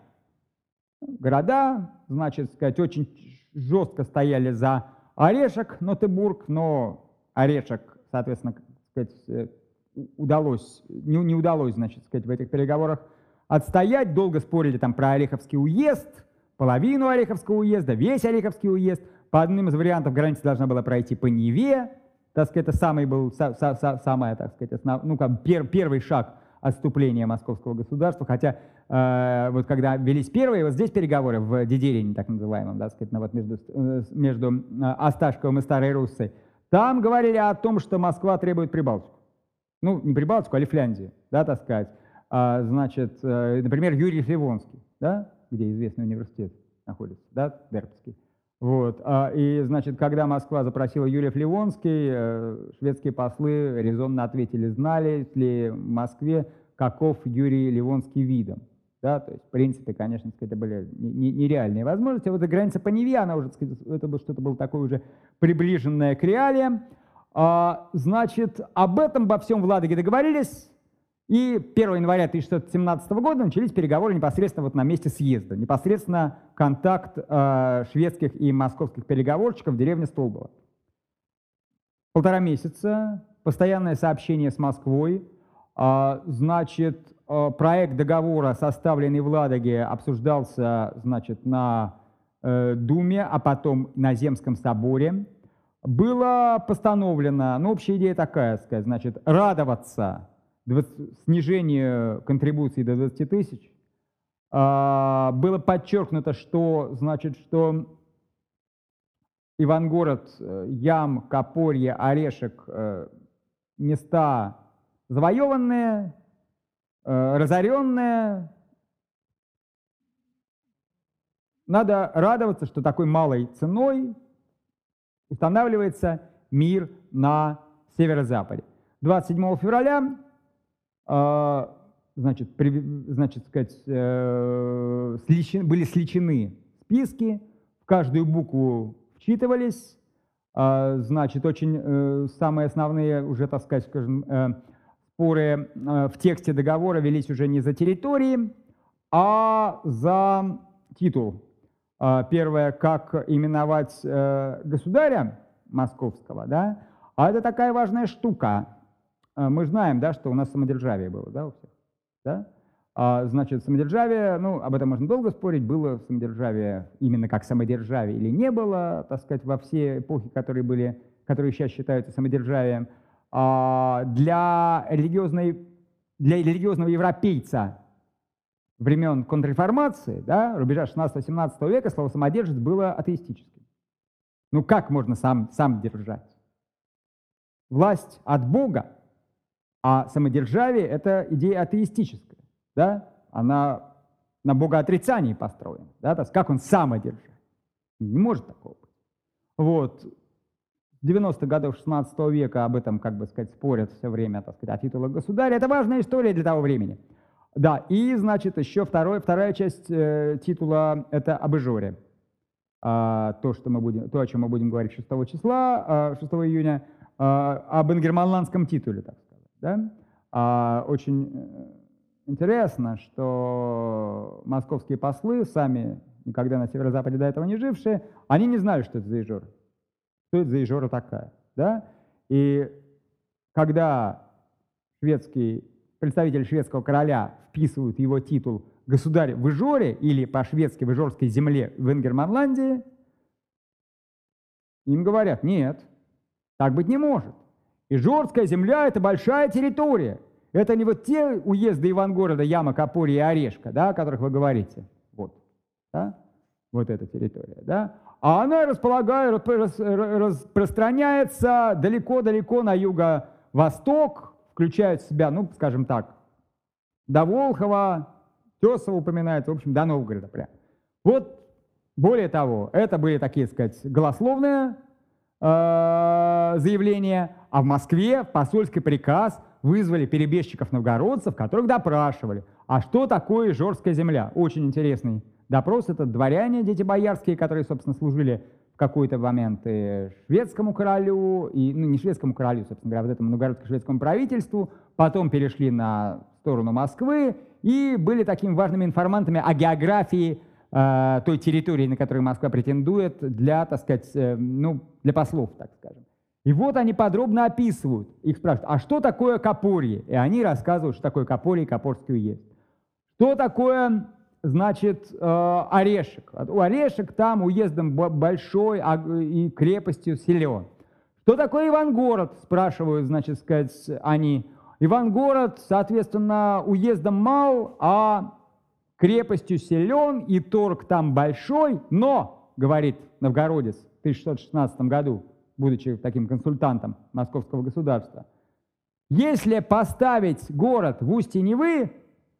B: Города, значит, сказать, очень жестко стояли за Орешек, Нотебург, но Орешек, соответственно, сказать, удалось, не, не удалось, значит, сказать, в этих переговорах отстоять. Долго спорили там про Ореховский уезд, половину Ореховского уезда, весь Ореховский уезд. По одним из вариантов граница должна была пройти по Неве. Так сказать, это самый был, са, са, са, самое, так сказать, основ, ну, как пер, первый шаг отступления московского государства. Хотя э, вот когда велись первые, вот здесь переговоры в Дидерине, так называемом, да, сказать, ну, вот между, между Осташковым и Старой Руссой, там говорили о том, что Москва требует Прибалтику. Ну, не Прибалтику, а Лифляндию, да, так сказать. А, значит, э, например, Юрий Ливонский, да, где известный университет находится, да, Дербский. Вот. А, и, значит, когда Москва запросила Юрий Ливонский, э, шведские послы резонно ответили, знали ли в Москве, каков Юрий Ливонский видом. Да, то есть, в принципе, конечно, это были нереальные возможности. А вот граница по Неве, она уже, сказать, это было что-то было такое уже приближенное к реалиям. А, значит, об этом, обо всем в Ладоге договорились, и первого января тысяча шестьсот семнадцатого года начались переговоры непосредственно вот на месте съезда, непосредственно контакт э, шведских и московских переговорщиков в деревне Столбово. полтора месяца, постоянное сообщение с Москвой. А, значит, проект договора, составленный в Ладоге, обсуждался, значит, на э, Думе, а потом на Земском соборе. Было постановлено, ну, общая идея такая, сказать, значит, радоваться снижению контрибуций до двадцати тысяч. А, было подчеркнуто, что, значит, что Ивангород, Ям, Копорье, Орешек — места завоеванные, разоренные. Надо радоваться, что такой малой ценой устанавливается мир на северо-западе. двадцать седьмого февраля, значит, при, значит сказать, сличен, были сличены списки, в каждую букву вчитывались, значит, очень самые основные уже, так сказать, скажем, споры в тексте договора велись уже не за территории, а за титул. Первое, как именовать государя московского, да, а это такая важная штука. Мы знаем, да, что у нас самодержавие было, да, у всех, да? А, значит, самодержавие, ну, об этом можно долго спорить, было самодержавие именно как самодержавие или не было, так сказать, во все эпохи, которые были, которые сейчас считаются самодержавием. А, для религиозной, для религиозного европейца времен контрреформации, да, рубежа шестнадцатого-семнадцатого века, слово «самодержец» было атеистическим. Ну как можно сам, сам держать? Власть от Бога, а самодержавие — это идея атеистическая, да? Она на богоотрицании построена, да? То есть как он самодержать? Не может такого быть. Вот. В девяностых годах шестнадцатого века об этом, как бы сказать, спорят все время, так сказать, о титулах государя. Это важная история для того времени. Да, и, значит, еще второй, вторая часть э, титула — это об Ижоре. А, то, что мы будем, то, о чем мы будем говорить шестого числа, шестого июня, а, об ингерманландском титуле, так сказать. Да? А, очень интересно, что московские послы, сами никогда на северо-западе до этого не жившие, они не знали, что это за Ижора. Что это за Ижора такая. Да? И когда шведский представитель шведского короля вписывают его титул «государь в Ижоре» или по-шведски «в Ижорской земле» в Ингерманландии, им говорят: нет, так быть не может. Ижорская земля — это большая территория. Это не вот те уезды Ивангорода, Яма, Копорья и Орешка, да, о которых вы говорите. Вот, да? Вот эта территория. Да? А она располагает, распространяется далеко-далеко на юго-восток, включает в себя, ну, скажем так, до Волхова, Тесово упоминается, в общем, до Новгорода прям. Вот, более того, это были такие, сказать, голословные э, заявления, а в Москве в посольский приказ вызвали перебежчиков-новгородцев, которых допрашивали. А что такое Ижорская земля? Очень интересный допрос. Это дворяне, дети боярские, которые, собственно, служили в какой-то момент и шведскому королю, и, ну, не шведскому королю, собственно говоря, вот этому новгородско-шведскому правительству, потом перешли на сторону Москвы и были такими важными информантами о географии э, той территории, на которую Москва претендует, для, так сказать, э, ну, для послов, так скажем. И вот они подробно описывают, их спрашивают: а что такое Копорье? И они рассказывают, что такое Копорье и Копорский уезд. Что такое, значит, Орешек? У Орешек там уездом большой и крепостью силен. Что такое Ивангород? Спрашивают, значит, сказать, они. Ивангород, соответственно, уездом мал, а крепостью силен, и торг там большой, но, говорит новгородец в тысяча шестьсот шестнадцатом году, будучи таким консультантом московского государства, если поставить город в устье Невы,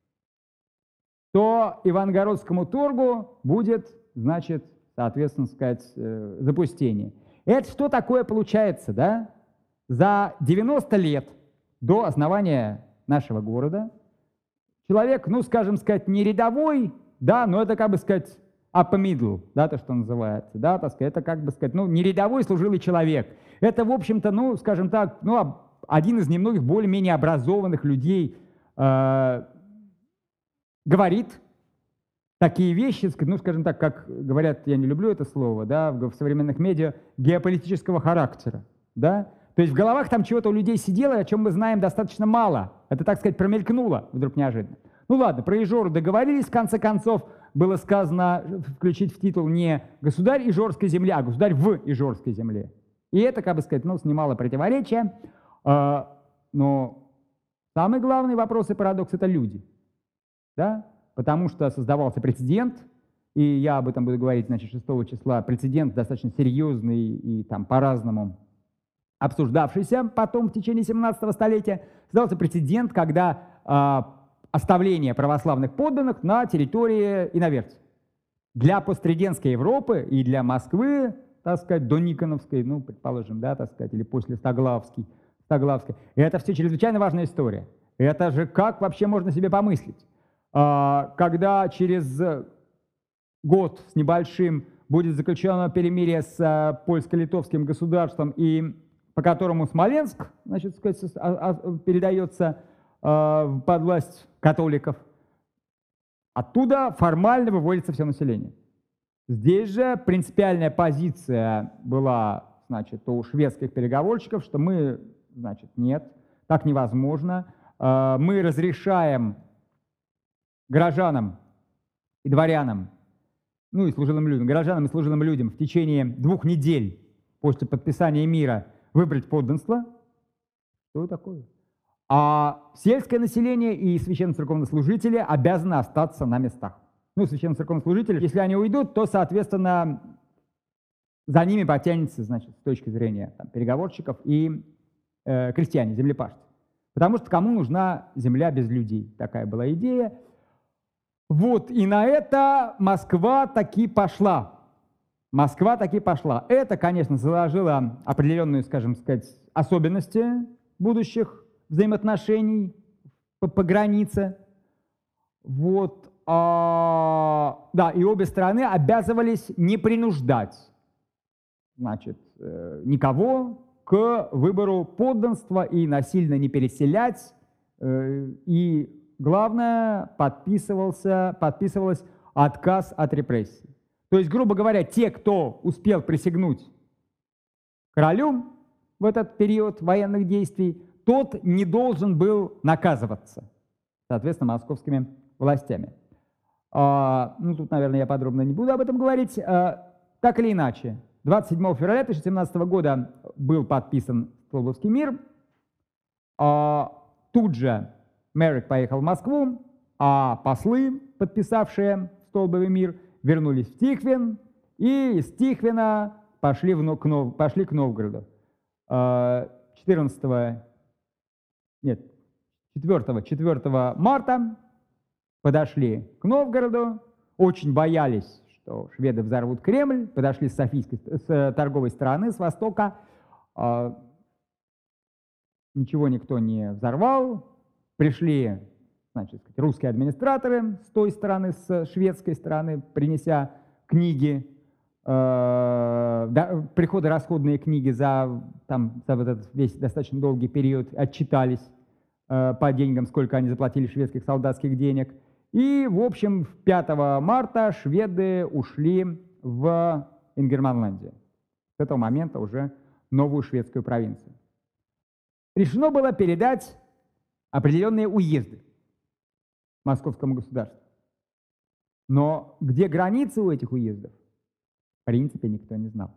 B: то Ивангородскому торгу будет, значит, соответственно, сказать, запустение. Это что такое получается, да? За девяносто лет до основания нашего города человек, ну, скажем сказать, не рядовой, да, но это, как бы сказать, upper middle, да, то, что называется, да, так сказать, это, как бы сказать, ну, не рядовой служилый человек. Это, в общем-то, ну, скажем так, ну, один из немногих более-менее образованных людей э, говорит такие вещи, ну, скажем так, как говорят, я не люблю это слово, да, в современных медиа, геополитического характера, да. То есть в головах там чего-то у людей сидело, о чем мы знаем достаточно мало. Это, так сказать, промелькнуло вдруг неожиданно. Ну ладно, про Ижору договорились, в конце концов. Было сказано включить в титул не «Государь Ижорской земли», а «Государь в Ижорской земле». И это, как бы сказать, ну, снимало противоречия. Но самый главный вопрос и парадокс – это люди. Да? Потому что создавался прецедент, и я об этом буду говорить, значит, шестого числа, прецедент достаточно серьезный и там по-разному обсуждавшийся потом в течение семнадцатого столетия. Создался прецедент, когда э, оставление православных подданных на территории иноверцев. Для посттридентской Европы и для Москвы, так сказать, до Никоновской, ну, предположим, да, так сказать, или после Стоглавской, Стоглавской, это все чрезвычайно важная история. Это же как вообще можно себе помыслить? Э, когда через год с небольшим будет заключено перемирие с э, польско-литовским государством, и по которому Смоленск, значит, сказать, передается э, под власть католиков, оттуда формально выводится все население. Здесь же принципиальная позиция была, значит, у шведских переговорщиков, что мы, значит, нет, так невозможно. Э, мы разрешаем горожанам и дворянам, ну и служилым людям, горожанам и служилым людям в течение двух недель после подписания мира выбрать подданство. Что такое? А сельское население и священно-церковнослужители обязаны остаться на местах. Ну, священно-церковнослужители, если они уйдут, то, соответственно, за ними потянется, значит, с точки зрения там, переговорщиков и э, крестьяне, землепашцы. Потому что кому нужна земля без людей? Такая была идея. Вот, и на это Москва таки пошла. Москва таки пошла. Это, конечно, заложило определенные, скажем сказать, особенности будущих взаимоотношений по, по границе. Вот. А, да, и обе стороны обязывались не принуждать, значит, э, никого к выбору подданства и насильно не переселять. Э, и главное, подписывался, подписывалось отказ от репрессий. То есть, грубо говоря, те, кто успел присягнуть королю в этот период военных действий, тот не должен был наказываться, соответственно, московскими властями. А, ну, тут, наверное, я подробно не буду об этом говорить. А, так или иначе, двадцать седьмого февраля тысяча девятьсот семнадцатого года был подписан Столбовский мир. А, тут же Мерик поехал в Москву, а послы, подписавшие Столбовый мир, вернулись в Тихвин, и из Тихвина пошли, в, к, Нов, пошли к Новгороду. четырнадцатого, нет, четвёртого, четвёртого марта подошли к Новгороду, очень боялись, что шведы взорвут Кремль, подошли с, Софийской, с торговой стороны, с востока. Ничего никто не взорвал. Пришли, значит, русские администраторы с той стороны, с шведской стороны, принеся книги, э, да, приходо-расходные книги за, там, за вот этот весь достаточно долгий период, отчитались э, по деньгам, сколько они заплатили шведских солдатских денег. И, в общем, пятого марта шведы ушли в Ингерманландию. С этого момента уже новую шведскую провинцию. Решено было передать определенные уезды московскому государству. Но где границы у этих уездов, в принципе, никто не знал.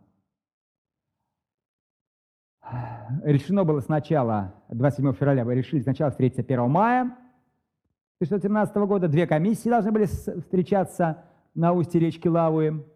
B: Решено было сначала, двадцать седьмого февраля, решили сначала встретиться первого мая тысяча девятьсот семнадцатого года. Две комиссии должны были встречаться на устье речки Лавы.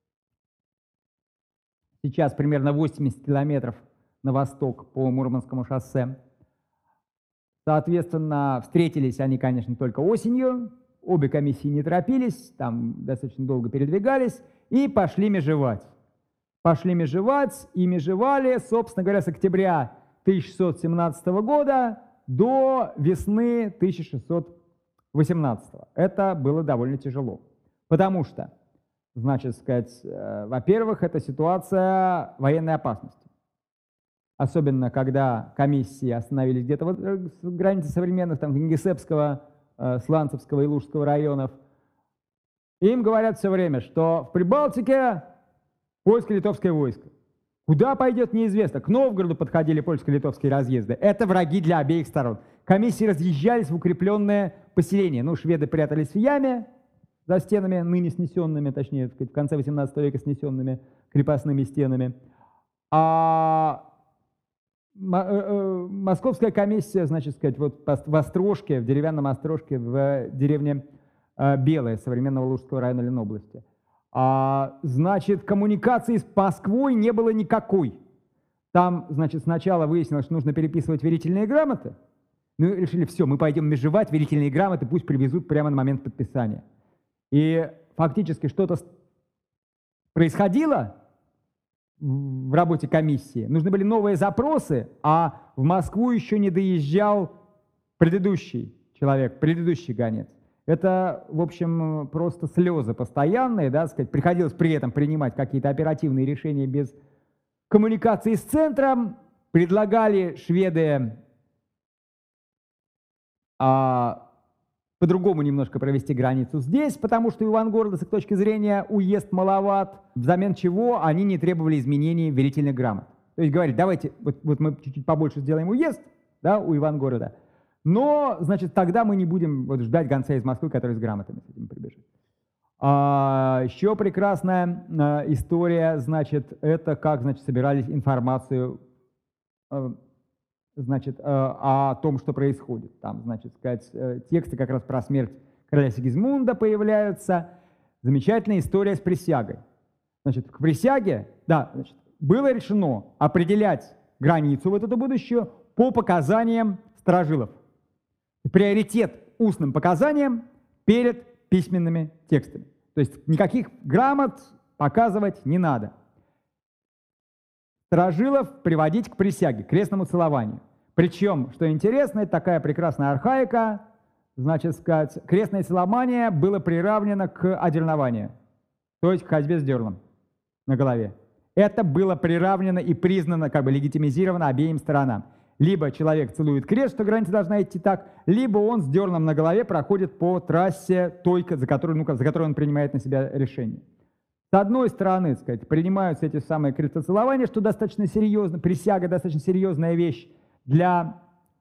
B: Сейчас примерно восемьдесят километров на восток по Мурманскому шоссе. Соответственно, встретились они, конечно, только осенью. Обе комиссии не торопились, там достаточно долго передвигались и пошли межевать. Пошли межевать и межевали, собственно говоря, с октября тысяча шестьсот семнадцатого года до весны тысяча шестьсот восемнадцатого. Это было довольно тяжело, потому что, значит, сказать, э, во-первых, это ситуация военной опасности. Особенно, когда комиссии остановились где-то вот с границы современных, там, Кингисеппского, э, Сланцевского и Лужского районов. И им говорят все время, что в Прибалтике польско-литовское войско. Куда пойдет, неизвестно. К Новгороду подходили польско-литовские разъезды. Это враги для обеих сторон. Комиссии разъезжались в укрепленное поселение. Ну, шведы прятались в яме за стенами, ныне снесенными, точнее, в конце восемнадцатого века снесенными крепостными стенами. А московская комиссия, значит, сказать, вот в Острожке, в деревянном Острожке, в деревне Белая, современного Лужского района Ленобласти. А, значит, коммуникации с Москвой не было никакой. Там, значит, сначала выяснилось, что нужно переписывать верительные грамоты. Ну, решили, все, мы пойдем межевать, верительные грамоты пусть привезут прямо на момент подписания. И фактически что-то происходило в работе комиссии. Нужны были новые запросы, а в Москву еще не доезжал предыдущий человек, предыдущий гонец. Это, в общем, просто слезы постоянные, да, сказать. Приходилось при этом принимать какие-то оперативные решения без коммуникации с центром. Предлагали шведы а, по-другому немножко провести границу здесь, потому что Ивангорода, с их точки зрения, уезд маловат, взамен чего они не требовали изменений верительных грамот. То есть говорили, давайте, вот, вот мы чуть-чуть побольше сделаем уезд, да, у Ивангорода, но, значит, тогда мы не будем вот ждать гонца из Москвы, который с грамотами с этим прибежит. А, еще прекрасная а, история, значит, это как, значит, собирались информацию, а, значит, а, о том, что происходит. Там, значит, сказать, тексты как раз про смерть короля Сигизмунда появляются. Замечательная история с присягой. Значит, к присяге, да, значит, было решено определять границу вот эту будущую по показаниям старожилов. Приоритет устным показаниям перед письменными текстами. То есть никаких грамот показывать не надо. Старожилов приводить к присяге, к крестному целованию. Причем, что интересно, это такая прекрасная архаика, значит, сказать, крестное целование было приравнено к одернованию, то есть к ходьбе с дерлом на голове. Это было приравнено и признано, как бы легитимизировано обеим сторонам. Либо человек целует крест, что граница должна идти так, либо он с дерном на голове проходит по трассе той, за которой, ну, за которой он принимает на себя решение. С одной стороны, так сказать, принимаются эти самые крестоцелования, что достаточно серьезно, присяга достаточно серьезная вещь для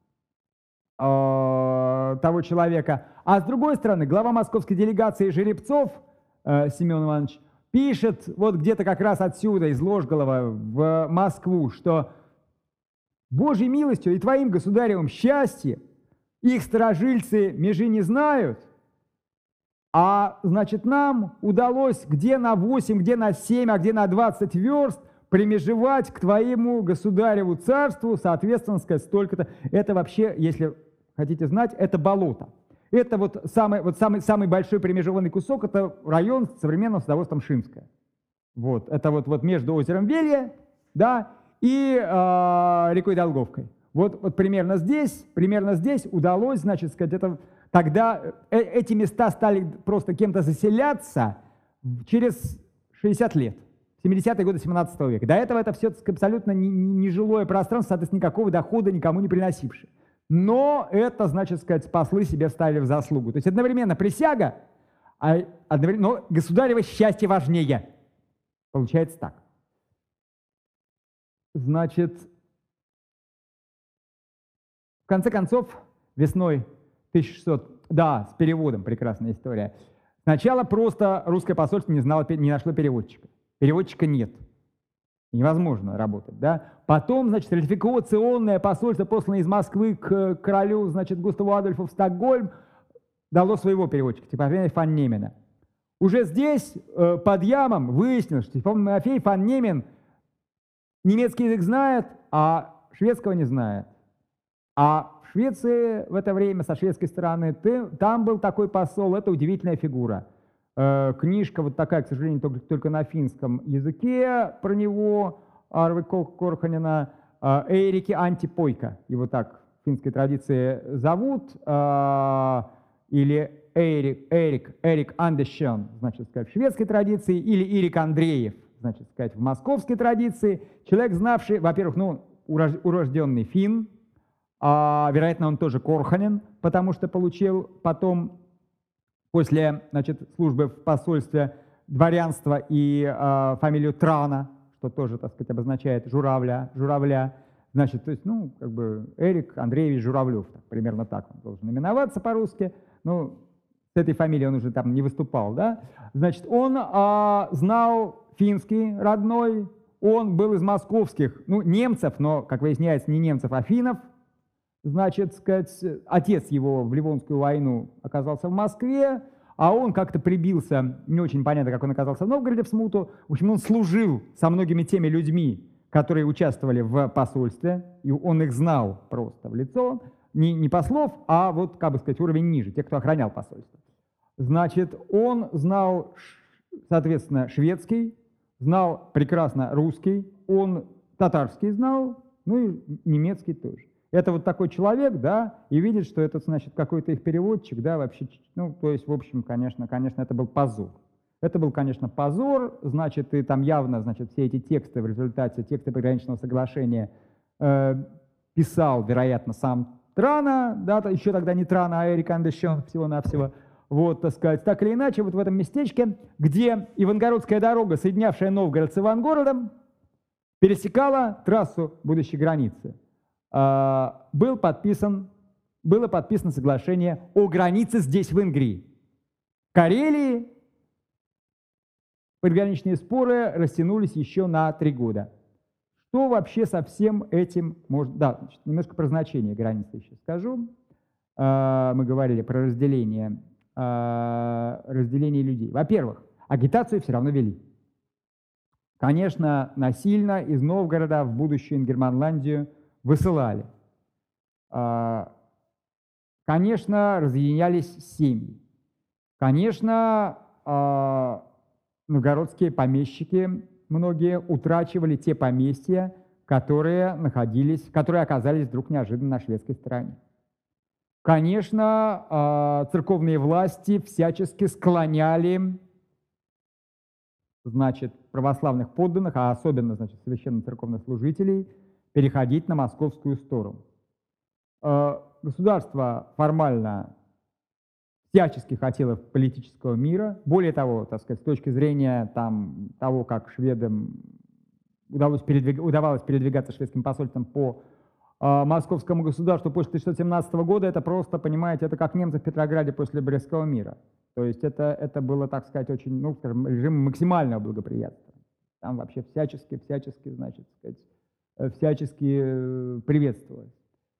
B: э, того человека. А с другой стороны, глава московской делегации Жеребцов э, Семен Иванович пишет вот где-то как раз отсюда, из Ложголова в Москву, что Божьей милостью и твоим государевым счастьем их старожильцы межи не знают, а, значит, нам удалось где на восемь, где на семь, а где на двадцать верст примежевать к твоему государеву царству, соответственно, сказать, столько-то. Это вообще, если хотите знать, это болото. Это вот самый, вот самый, самый большой примежеванный кусок, это район современного садоводства Мшинское. Вот, это вот, вот между озером Велье, да, и э, рекой Долговкой. Вот, вот примерно здесь, примерно здесь удалось, значит, сказать, это, тогда э, эти места стали просто кем-то заселяться через шестьдесят лет, семидесятые годы семнадцатого века. До этого это все абсолютно нежилое пространство, соответственно, никакого дохода никому не приносившее. Но это, значит, сказать, послы себе ставили в заслугу. То есть одновременно присяга, а одновременно, но государево счастье важнее. Получается так. Значит, в конце концов, весной тысяча шестисотого, да, с переводом, прекрасная история. Сначала просто русское посольство не знало, не нашло переводчика. Переводчика нет. Невозможно работать, да. Потом, значит, ратификационное посольство, посланное из Москвы к королю, значит, Густаву Адольфу в Стокгольм, дало своего переводчика, Тимофея фон Немена. Уже здесь, э, под ямом, выяснилось, что Тимофей фон Немен немецкий язык знает, а шведского не знает. А в Швеции в это время, со шведской стороны, ты, там был такой посол, это удивительная фигура. Э, книжка вот такая, к сожалению, только, только на финском языке про него, Арвы Корханина, э, Эйрики Антипойка, его так в финской традиции зовут, э, или Эрик, Эрик, Эрик Андерсен, значит сказать, в шведской традиции, или Ирик Андреев, значит сказать, в московской традиции. Человек, знавший, во-первых, ну, урожденный финн, а, вероятно, он тоже Корханин, потому что получил потом, после, значит, службы в посольстве, дворянство и а, фамилию Трана, что тоже, так сказать, обозначает журавля, журавля. Значит, то есть, ну, как бы Эрик Андреевич Журавлев, так, примерно так он должен именоваться по-русски. Ну, с этой фамилией он уже там не выступал, да. Значит, он а, знал финский родной, он был из московских, ну, немцев, но, как выясняется, не немцев, а финнов. Значит, сказать, отец его в Ливонскую войну оказался в Москве, а он как-то прибился, не очень понятно, как он оказался в Новгороде в смуту. В общем, он служил со многими теми людьми, которые участвовали в посольстве, и он их знал просто в лицо, не, не послов, а вот, как бы сказать, уровень ниже, те, кто охранял посольство. Значит, он знал, соответственно, шведский, знал прекрасно русский, он татарский знал, ну и немецкий тоже. Это вот такой человек, да, и видит, что это, значит, какой-то их переводчик, да, вообще, ну, то есть, в общем, конечно, конечно, это был позор. Это был, конечно, позор, значит, и там явно, значит, все эти тексты в результате, тексты пограничного соглашения э, писал, вероятно, сам Трана, да, еще тогда не Трана, а Эрик Андерсен всего-навсего. Вот, так сказать, так или иначе, вот в этом местечке, где Ивангородская дорога, соединявшая Новгород с Ивангородом, пересекала трассу будущей границы, э, был подписан, было подписано соглашение о границе здесь, в Ингрии. Карелии пограничные споры растянулись еще на три года. Что вообще со всем этим может... Да, значит, немножко про значение границы еще скажу. Э, мы говорили про разделение, э, разделение людей. Во-первых, агитацию все равно вели. Конечно, насильно из Новгорода в будущую Ингерманландию высылали. Э, конечно, разъединялись семьи. Конечно, э, новгородские помещики, многие, утрачивали те поместья, которые находились, которые оказались вдруг неожиданно на шведской стороне. Конечно, церковные власти всячески склоняли, значит, православных подданных, а особенно, значит, священно-церковных служителей, переходить на московскую сторону. Государство формально всячески хотело политического мира. Более того, так сказать, с точки зрения там, того, как шведам удалось передвиг... удавалось передвигаться шведским посольством по э, московскому государству после тысяча девятьсот семнадцатого года, это просто, понимаете, это как немцы в Петрограде после Брестского мира. То есть это, это было, так сказать, очень, ну, скажем, режим максимального благоприятства. Там вообще всячески, всячески, значит, сказать, всячески приветствовалось.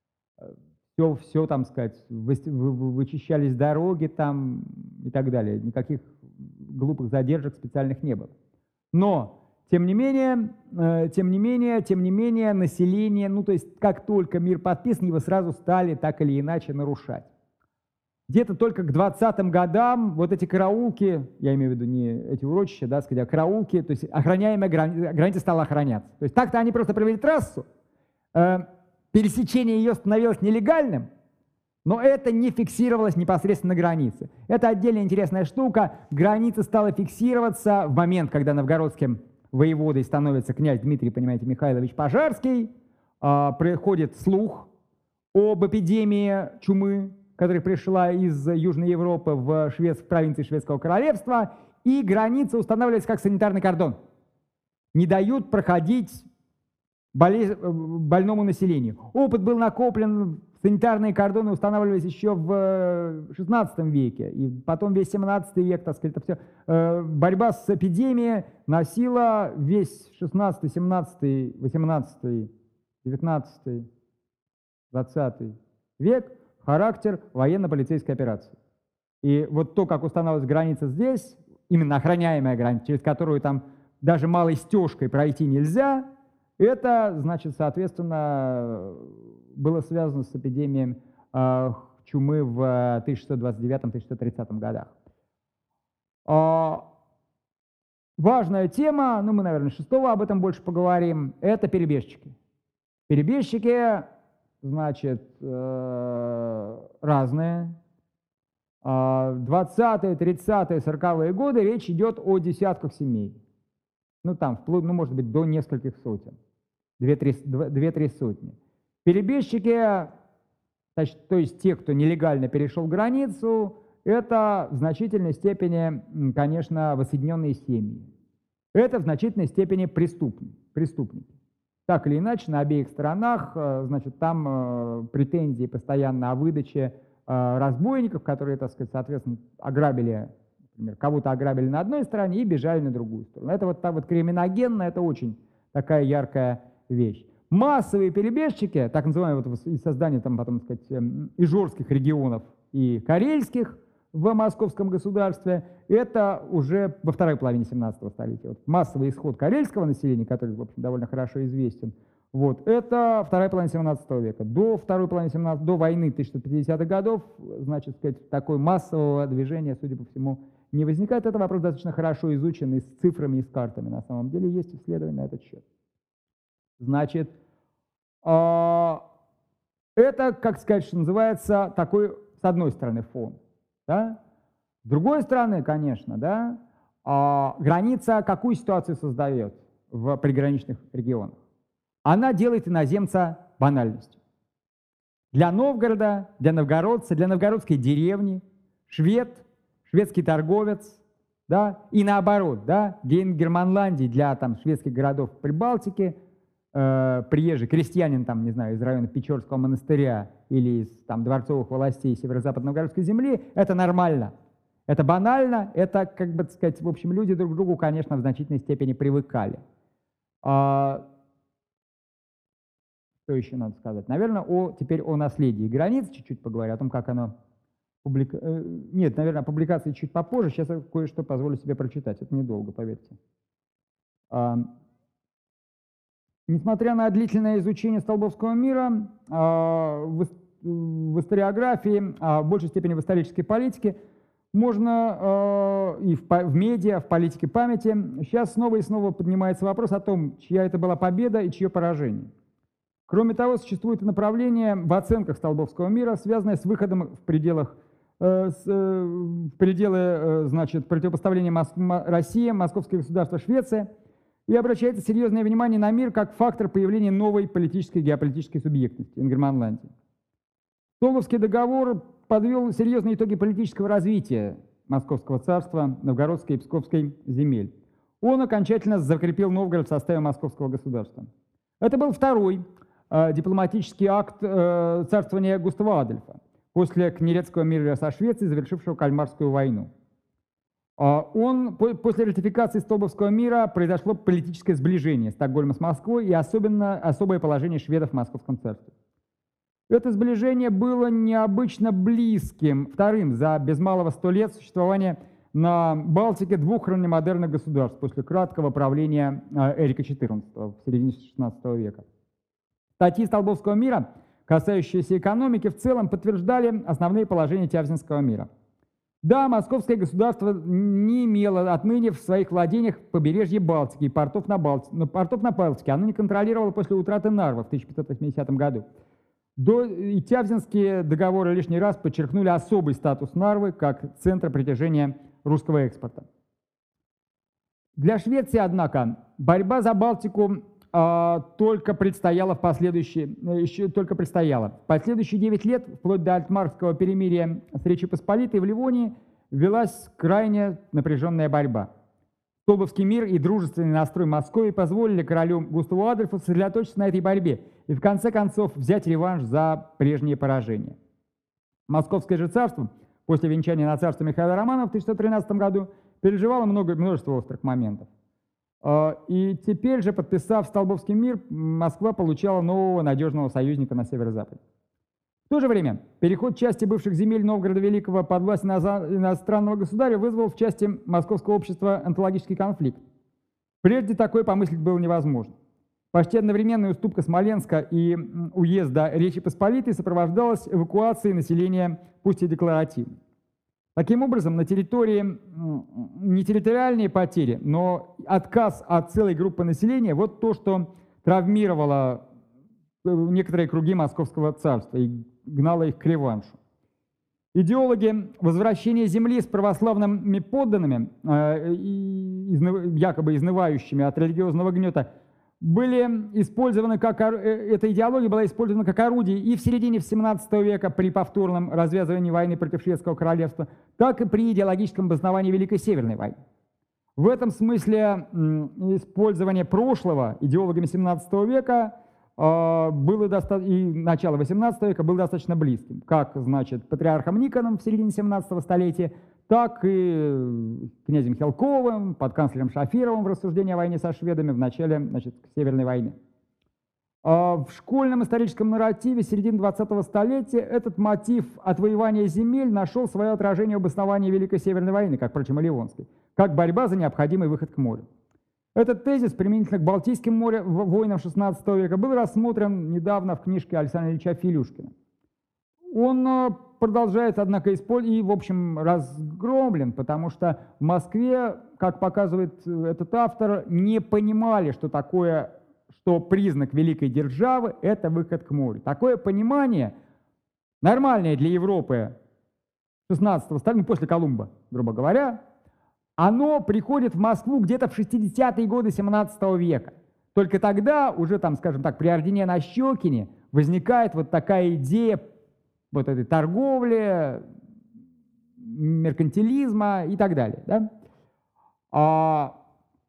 B: Все, все, там сказать, вычищались дороги там и так далее. Никаких глупых задержек специальных не было. Но, тем не менее, э, тем не менее, тем не менее, население, ну, то есть, как только мир подписан, его сразу стали так или иначе нарушать. Где-то только к двадцатым годам вот эти караулки, я имею в виду не эти урочища, да, сказать, а караулки, то есть охраняемая граница, граница стала охраняться. То есть так-то они просто провели трассу, э, пересечение ее становилось нелегальным, но это не фиксировалось непосредственно на границе. Это отдельная интересная штука. Граница стала фиксироваться в момент, когда новгородским воеводой становится князь Дмитрий, понимаете, Михайлович Пожарский. Э, приходит слух об эпидемии чумы, которая пришла из Южной Европы в, Швед... в провинции Шведского королевства, и граница устанавливается как санитарный кордон. Не дают проходить болез... больному населению. Опыт был накоплен, санитарные кордоны устанавливались еще в шестнадцатом веке, и потом весь семнадцатый век, так сказать, это все. Борьба с эпидемией носила весь шестнадцатый, семнадцатый, восемнадцатый, девятнадцатый, двадцатый век характер военно-полицейской операции. И вот то, как устанавливалась граница здесь, именно охраняемая граница, через которую там даже малой стежкой пройти нельзя, это, значит, соответственно, было связано с эпидемией э, чумы в тысяча шестьсот двадцать девятом — тысяча шестьсот тридцатом годах. Э, важная тема, ну мы, наверное, шестого об этом больше поговорим, это перебежчики. Перебежчики, значит, э, разные. двадцатые, тридцатые, сороковые годы речь идет о десятках семей. Ну, там, вплоть, ну, может быть, до нескольких сотен. Две-три сотни. Перебежчики, значит, то есть те, кто нелегально перешел границу, это в значительной степени, конечно, воссоединенные семьи. это в значительной степени преступники. преступники. Так или иначе, на обеих сторонах, значит, там претензии постоянно о выдаче разбойников, которые, так сказать, соответственно, ограбили, например, кого-то ограбили на одной стороне и бежали на другую сторону. Это вот, вот криминогенно, это очень такая яркая вещь. Массовые перебежчики, так называемые вот, из создания там, потом, так сказать, ижорских регионов и карельских в московском государстве, это уже во второй половине семнадцатого столетия. Вот массовый исход карельского населения, который, в общем, довольно хорошо известен, вот, это вторая половина семнадцатого века. До второй половины семнадцатого, до войны тысяча девятьсот пятидесятых годов, значит, сказать, такое массового движения, судя по всему, не возникает. Это вопрос достаточно хорошо изучен и с цифрами, и с картами. На самом деле есть исследования на этот счет. Значит, это, как сказать, что называется, такой, с одной стороны, фон. Да? С другой стороны, конечно, да, граница какую ситуацию создает в приграничных регионах? Она делает иноземца банальностью. Для Новгорода, для новгородца, для новгородской деревни швед, шведский торговец, да, и наоборот, да, для Германландии, для там, шведских городов Прибалтики, э, приезжий крестьянин, там, не знаю, из района Печорского монастыря или из там, дворцовых властей северо-западной новгородской земли, это нормально. Это банально, это, как бы сказать, в общем, люди друг к другу, конечно, в значительной степени привыкали. А, что еще надо сказать? Наверное, о, теперь о наследии границ чуть-чуть поговорю, о том, как оно... Публика... Нет, наверное, о публикации чуть попозже. Сейчас я кое-что позволю себе прочитать. Это недолго, поверьте. А, несмотря на длительное изучение столбовского мира, а, в, в историографии, а в большей степени в исторической политике, можно э, и в, в медиа, в политике памяти, сейчас снова и снова поднимается вопрос о том, чья это была победа и чье поражение. Кроме того, существует и направление в оценках столбовского мира, связанное с выходом в пределах, э, с, э, в пределы э, значит, противопоставления Мос России, Московское государство, Швеция, и обращается серьезное внимание на мир как фактор появления новой политической и геополитической субъектности Ингерманландии. Столбовский договор подвел серьезные итоги политического развития Московского царства, Новгородской и Псковской земель. Он окончательно закрепил Новгород в составе Московского государства. Это был второй э, дипломатический акт э, царствования Густава Адольфа после Кнерецкого мира со Швецией, завершившего Кальмарскую войну. Э, он, по, после ратификации Столбовского мира произошло политическое сближение Стокгольма с Москвой и особенно особое положение шведов в Московском царстве. Это сближение было необычно близким, вторым за без малого сто лет существования на Балтике двух раннемодерных государств после краткого правления Эрика четырнадцатого в середине шестнадцатого века. Статьи Столбовского мира, касающиеся экономики, в целом подтверждали основные положения Тявзинского мира. Да, Московское государство не имело отныне в своих владениях побережье Балтики и портов на Балтике, но портов на Балтике оно не контролировало после утраты Нарвы в тысяча пятьсот восьмидесятом году. До, и Тявзинские договоры лишний раз подчеркнули особый статус Нарвы как центра притяжения русского экспорта. Для Швеции, однако, борьба за Балтику э, только предстояла в последующие, еще только предстояла. В последующие девять лет, вплоть до Альтмарского перемирия с Речью Посполитой в Ливонии, велась крайне напряженная борьба. Столбовский мир и дружественный настрой Москвы позволили королю Густаву Адольфу сосредоточиться на этой борьбе и в конце концов взять реванш за прежние поражения. Московское же царство после венчания на царство Михаила Романова в тысяча сто тринадцатом году переживало много, множество острых моментов. И теперь же, подписав Столбовский мир, Москва получала нового надежного союзника на северо-западе. В то же время переход части бывших земель Новгорода Великого под власть иностранного государя вызвал в части московского общества онтологический конфликт. Прежде такое помыслить было невозможно. Почти одновременная уступка Смоленска и уезда Речи Посполитой сопровождалась эвакуацией населения, пусть и декларативно. Таким образом, на территории не территориальные потери, но отказ от целой группы населения – вот то, что травмировало некоторые круги Московского царства и гнало их к реваншу. Идеологи возвращения земли с православными подданными, э, якобы изнывающими от религиозного гнета, были использованы как, эта идеология была использована как орудие и в середине семнадцатого века при повторном развязывании войны против шведского королевства, так и при идеологическом обосновании Великой Северной войны. В этом смысле использование прошлого идеологами семнадцатого века было доста- и начала восемнадцатого века было достаточно близким, как, значит, патриархом Никоном в середине семнадцатого столетия, так и князем Хелковым, подканцлером Шафировым в рассуждении о войне со шведами в начале, значит, Северной войны. В школьном историческом нарративе середины двадцатого столетия этот мотив отвоевания земель нашел свое отражение в обосновании Великой Северной войны, как, впрочем, и Ливонской, как борьба за необходимый выход к морю. Этот тезис применительно к Балтийским море, войнам шестнадцатого века был рассмотрен недавно в книжке Александра Ильича Филюшкина. Он продолжает, однако, использовать и, в общем, разгромлен, потому что в Москве, как показывает этот автор, не понимали, что такое, что признак великой державы – это выход к морю. Такое понимание, нормальное для Европы шестнадцатого столетия, ну, после Колумба, грубо говоря, оно приходит в Москву где-то в шестидесятые годы семнадцатого века. Только тогда, уже там, скажем так, при Ордене Нащекине возникает вот такая идея вот этой торговли, меркантилизма и так далее. Да? А,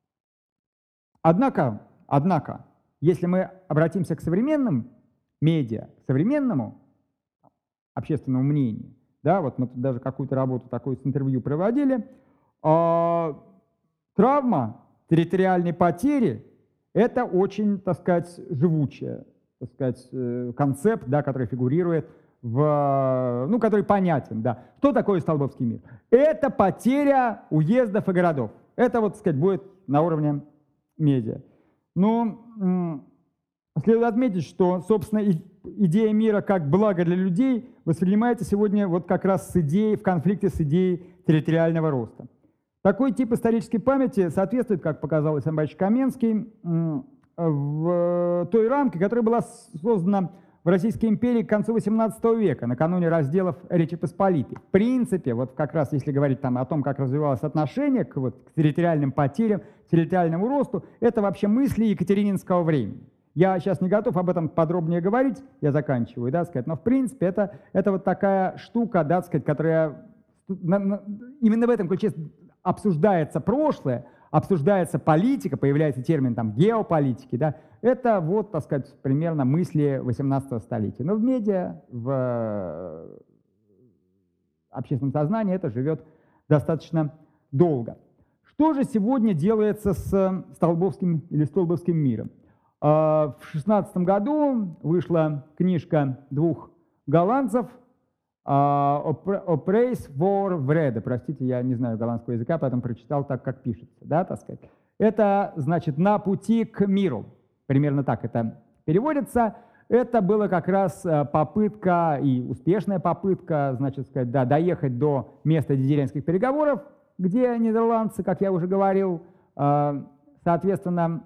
B: однако, однако, если мы обратимся к современным медиа, к современному общественному мнению, да, вот мы тут даже какую-то работу такую с интервью проводили, а, травма территориальной потери – это очень, так сказать, живучая, так сказать, концепт, да, который фигурирует в, ну, который понятен, да. Что такое Столбовский мир? Это потеря уездов и городов. Это, вот, так сказать, будет на уровне медиа. Но следует отметить, что, собственно, идея мира как благо для людей воспринимается сегодня вот как раз с идеей, в конфликте с идеей территориального роста. Такой тип исторической памяти соответствует, как показал Александр Борисович Каменский, в той рамке, которая была создана в Российской империи к концу восемнадцатого века, накануне разделов Речи Посполитой. В принципе, вот как раз если говорить там о том, как развивалось отношение к, вот, к территориальным потерям, к территориальному росту, это вообще мысли екатерининского времени. Я сейчас не готов об этом подробнее говорить, я заканчиваю, да, сказать, но в принципе это, это вот такая штука, да, сказать, которая на, на, именно в этом ключе обсуждается прошлое, обсуждается политика, появляется термин там геополитики, да, это вот, так сказать, примерно мысли восемнадцатого столетия. Но в медиа, в общественном сознании это живет достаточно долго. Что же сегодня делается с Столбовским или Столбовским миром? В шестнадцатом году вышла книжка двух голландцев «A Praise for Vrede». Простите, я не знаю голландского языка, поэтому прочитал так, как пишется. Да, так сказать. Это, значит, «На пути к миру». Примерно так это переводится. Это была как раз попытка, и успешная попытка, значит, сказать, да, доехать до места дидеренских переговоров, где нидерландцы, как я уже говорил, соответственно,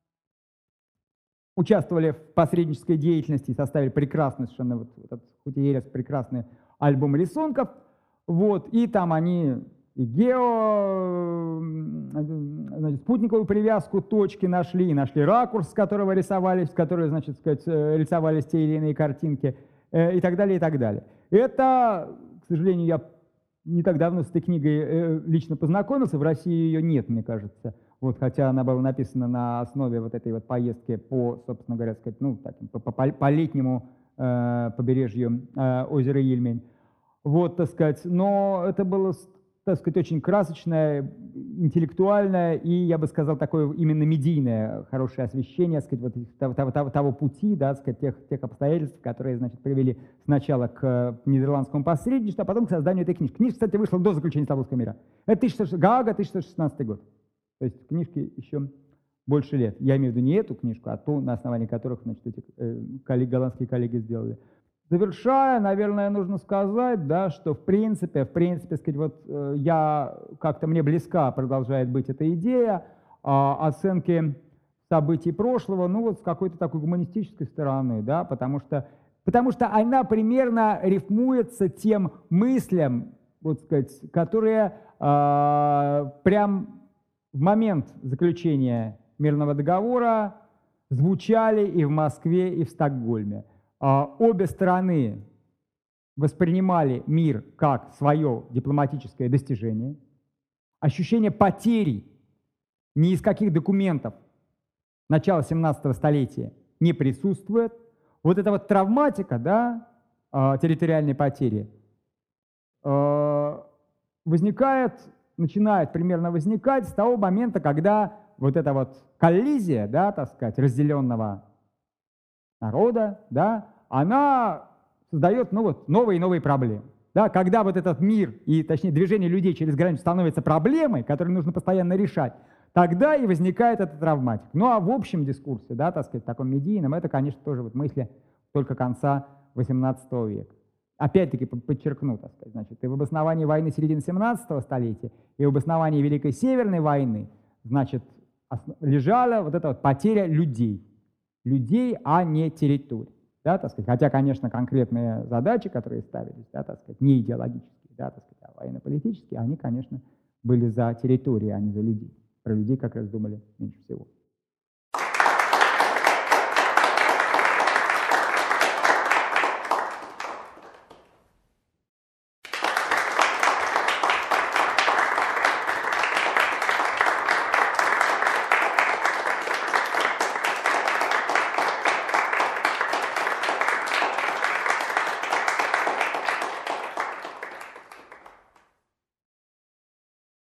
B: участвовали в посреднической деятельности и составили прекрасный совершенно, вот, этот, хоть и ересь, прекрасный альбом рисунков. Вот, и там они и гео, значит, спутниковую привязку точки нашли, и нашли ракурс, с которого рисовались, с которого, значит, сказать, рисовались те или иные картинки, э, и так далее, и так далее. Это, к сожалению, я не так давно с этой книгой э, лично познакомился, в России ее нет, мне кажется. Вот, хотя она была написана на основе вот этой вот поездки по, собственно говоря, сказать, ну, так, по, по, по летнему э, побережью э, озера Ильмень. Вот, так сказать, но это было, так сказать, очень красочное, интеллектуальное и, я бы сказал, такое именно медийное хорошее освещение, так сказать, вот, того, того, того, того пути, да, так сказать, тех, тех обстоятельств, которые, значит, привели сначала к нидерландскому посредничеству, а потом к созданию этой книжки. Книжка, кстати, вышла до заключения Столбовского мира. Это Гаага, тысяча шестьсот шестнадцатый год. То есть книжке еще больше лет. Я имею в виду не эту книжку, а ту, на основании которых, значит, эти э, коллеги, голландские коллеги сделали. Завершая, наверное, нужно сказать, да, что в принципе, в принципе, сказать, вот э, я как-то мне близка продолжает быть эта идея э, оценки событий прошлого, ну вот с какой-то такой гуманистической стороны, да, потому что, потому что она примерно рифмуется тем мыслям, вот сказать, которые э, прям в момент заключения мирного договора звучали и в Москве, и в Стокгольме. Обе стороны воспринимали мир как свое дипломатическое достижение. Ощущение потери ни из каких документов начала семнадцатого столетия не присутствует. Вот эта вот травматика, да, территориальной потери, возникает, начинает примерно возникать с того момента, когда вот эта вот коллизия, да, так сказать, разделенного народа, да, она создает, ну, вот, новые и новые проблемы. Да, когда вот этот мир и, точнее, движение людей через границу становится проблемой, которую нужно постоянно решать, тогда и возникает эта травматика. Ну, а в общем дискурсе, да, так сказать, таком медийном, это, конечно, тоже вот мысли только конца восемнадцатого века. Опять-таки подчеркну, так сказать, значит, и в обосновании войны середины семнадцатого столетия, и в обосновании Великой Северной войны, значит, лежала вот эта вот потеря людей. Людей, а не территорий. Да, так сказать. Хотя, конечно, конкретные задачи, которые ставились, да, так сказать, не идеологические, да, так сказать, а военно-политические, они, конечно, были за территории, а не за людей. Про людей как раз думали меньше всего.